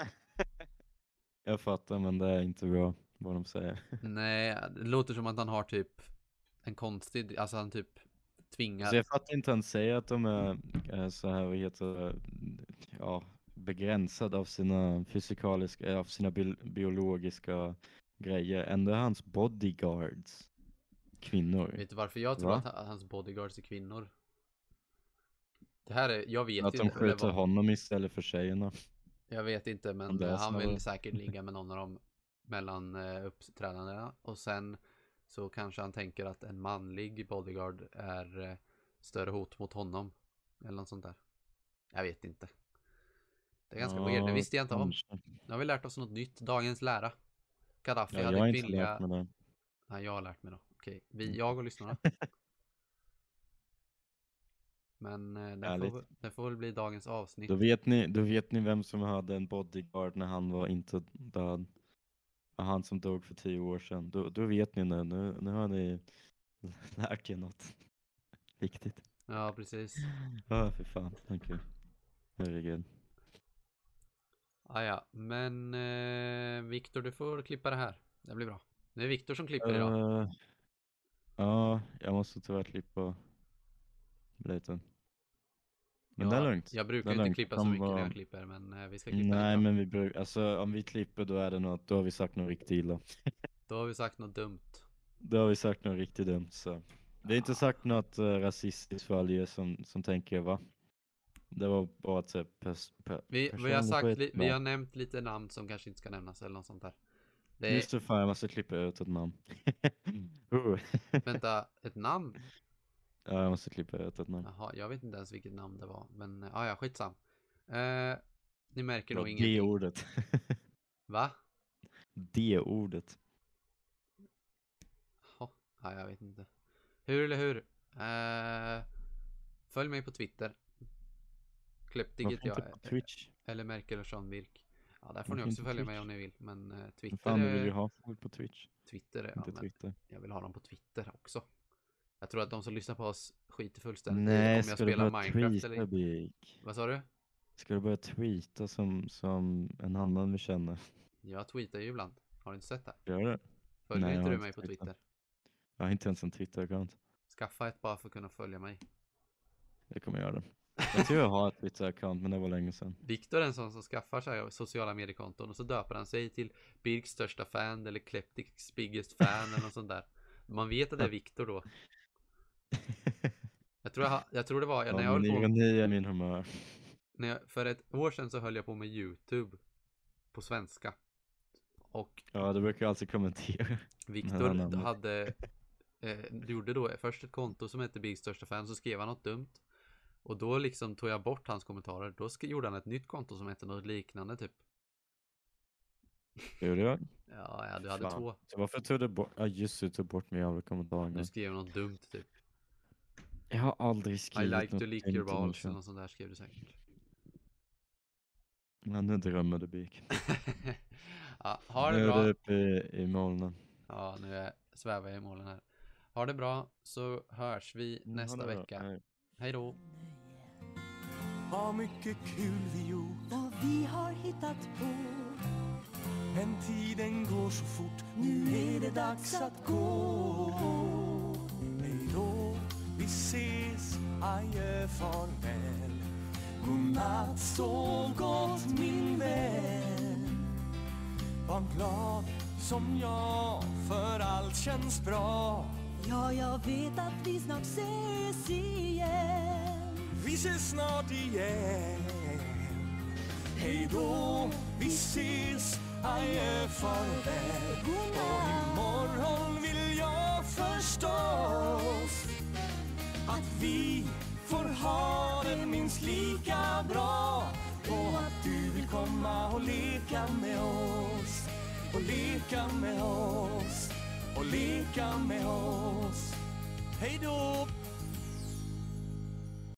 [SPEAKER 2] Jag fattar, men det är inte bra vad de säger.
[SPEAKER 1] Nej, det låter som att han har typ en konstig, alltså han typ tvingar.
[SPEAKER 2] Så jag fattar inte, han säger att de är så här, vad heter begränsade av sina fysikaliska, av sina biologiska grejer. Ändå är hans bodyguards kvinnor.
[SPEAKER 1] Vet du varför jag tror att hans bodyguards är kvinnor? Det här är, jag vet
[SPEAKER 2] Att de
[SPEAKER 1] inte. Eller
[SPEAKER 2] skjuter honom istället för tjejerna.
[SPEAKER 1] jag vet inte, men
[SPEAKER 2] det är
[SPEAKER 1] han vill
[SPEAKER 2] snarare.
[SPEAKER 1] säkert ligga med någon av dem mellan uppträdandena. Och sen så kanske han tänker att en manlig bodyguard är större hot mot honom. Eller något sånt där. Jag vet inte. Det är ganska weird, det visste jag inte om.
[SPEAKER 2] Kanske.
[SPEAKER 1] Nu har vi lärt oss något nytt, dagens lära. Gaddafi
[SPEAKER 2] Ja, jag
[SPEAKER 1] hade
[SPEAKER 2] har inte
[SPEAKER 1] kvinnliga...
[SPEAKER 2] lärt mig det.
[SPEAKER 1] Nej, jag har lärt mig då. Okej, jag och lyssnarna. Men
[SPEAKER 2] Härligt.
[SPEAKER 1] det får väl bli dagens avsnitt.
[SPEAKER 2] Då vet ni vem som hade en bodyguard när han var inte död. Han som dog för 10 år sedan. Då vet ni nu har ni lärt er något viktigt.
[SPEAKER 1] Ja, precis.
[SPEAKER 2] Ja, för fan. Okej. Herregud.
[SPEAKER 1] Ja, men Viktor, du får klippa det här. Det blir bra. Det är Viktor som klipper idag.
[SPEAKER 2] Ja, jag måste tyvärr klippa lite. Men det är lugnt.
[SPEAKER 1] Jag brukar
[SPEAKER 2] Det är
[SPEAKER 1] inte
[SPEAKER 2] lugnt.
[SPEAKER 1] klippa så mycket när jag klipper, men vi ska klippa
[SPEAKER 2] Nej,
[SPEAKER 1] lite.
[SPEAKER 2] men vi brukar, alltså om vi klipper då är det något, då har vi sagt något riktigt illa.
[SPEAKER 1] Då har vi sagt något dumt.
[SPEAKER 2] Då har vi sagt något riktigt dumt, så. Vi har inte sagt något rasistiskt för er som tänker, va? Det var bara typ
[SPEAKER 1] vi har sagt, vi har nämnt lite namn som kanske inte ska nämnas eller något sånt där.
[SPEAKER 2] Just det, fan, jag måste klippa ut ett namn.
[SPEAKER 1] Vänta, ett namn?
[SPEAKER 2] Ja, jag måste klippa ut ett namn.
[SPEAKER 1] Jaha, jag vet inte ens vilket namn det var. Men ja, skitsam. Ni märker nog
[SPEAKER 2] ingenting. Det ordet.
[SPEAKER 1] Va?
[SPEAKER 2] Det ordet.
[SPEAKER 1] Ja, jag vet inte. Hur eller hur? Följ mig på Twitter. Kleptiget jag
[SPEAKER 2] på Twitch?
[SPEAKER 1] Eller Merkel och Sean Birk. Ja, där får ni också följa mig om ni vill. Men Twitter
[SPEAKER 2] fan, vill du ha folk på Twitch?
[SPEAKER 1] Twitter är
[SPEAKER 2] inte Twitter.
[SPEAKER 1] Jag vill ha dem på Twitter också. Jag tror att de som lyssnar på oss skiter fullständigt.
[SPEAKER 2] Nej,
[SPEAKER 1] om jag spelar Minecraft
[SPEAKER 2] tweeta, eller...
[SPEAKER 1] Vad sa du?
[SPEAKER 2] Ska du börja tweeta som en annan vi känner?
[SPEAKER 1] Jag tweetar ju ibland. Har du inte sett det?
[SPEAKER 2] Gör du?
[SPEAKER 1] Följer inte du mig på Twitter?
[SPEAKER 2] Jag har inte ens en Twitter-account.
[SPEAKER 1] Skaffa ett bara för att kunna följa mig.
[SPEAKER 2] Det kommer jag göra. Jag tror jag har ett Twitter-account, men det var länge sedan.
[SPEAKER 1] Viktor är en sån som skaffar sig sociala mediekonton och så döper han sig till Birks största fan eller Kleptics biggest fan eller något sånt där. Man vet att det är Viktor då. Jag tror det var när jag höll på.
[SPEAKER 2] Ni är min humör.
[SPEAKER 1] För ett år sedan så höll jag på med YouTube på svenska. Och
[SPEAKER 2] ja, du brukar alltid kommentera.
[SPEAKER 1] Viktor hade gjorde då först ett konto som hette Birks största fan, så skrev han något dumt. Och då liksom tog jag bort hans kommentarer. Då gjorde han ett nytt konto som hette något liknande typ.
[SPEAKER 2] Gjorde jag?
[SPEAKER 1] Ja, du hade 2.
[SPEAKER 2] Så varför tog du bort? Ja, just det, tog bort mig alla kommentarer.
[SPEAKER 1] Du skrev något dumt typ.
[SPEAKER 2] Jag har aldrig skrivit
[SPEAKER 1] I like to lick your balls eller något sånt där skrev du säkert.
[SPEAKER 2] Ja, nu drömmer du, Birk.
[SPEAKER 1] Ja, ha det bra.
[SPEAKER 2] Nu är du uppe i molnen.
[SPEAKER 1] Ja, nu svävar jag i molnen här. Ha det bra, så hörs vi nästa vecka. Hej då.
[SPEAKER 3] Vad mycket kul vi gjort.
[SPEAKER 4] Vad vi har hittat på.
[SPEAKER 3] Men tiden går så fort. Nu är det dags att gå. Hej då, vi ses, adjö, farväl. Godnatt, sov gott min vän. Var glad som jag, för allt känns bra.
[SPEAKER 4] Ja, jag vet att vi snart ses igen.
[SPEAKER 3] Vi ses snart igen. Hej då, vi ses, adjö, farväl. Och imorgon vill jag förstås att vi får ha det minst lika bra. Och att du vill komma och leka med oss. Och leka med oss. Och leka med oss. Hej då.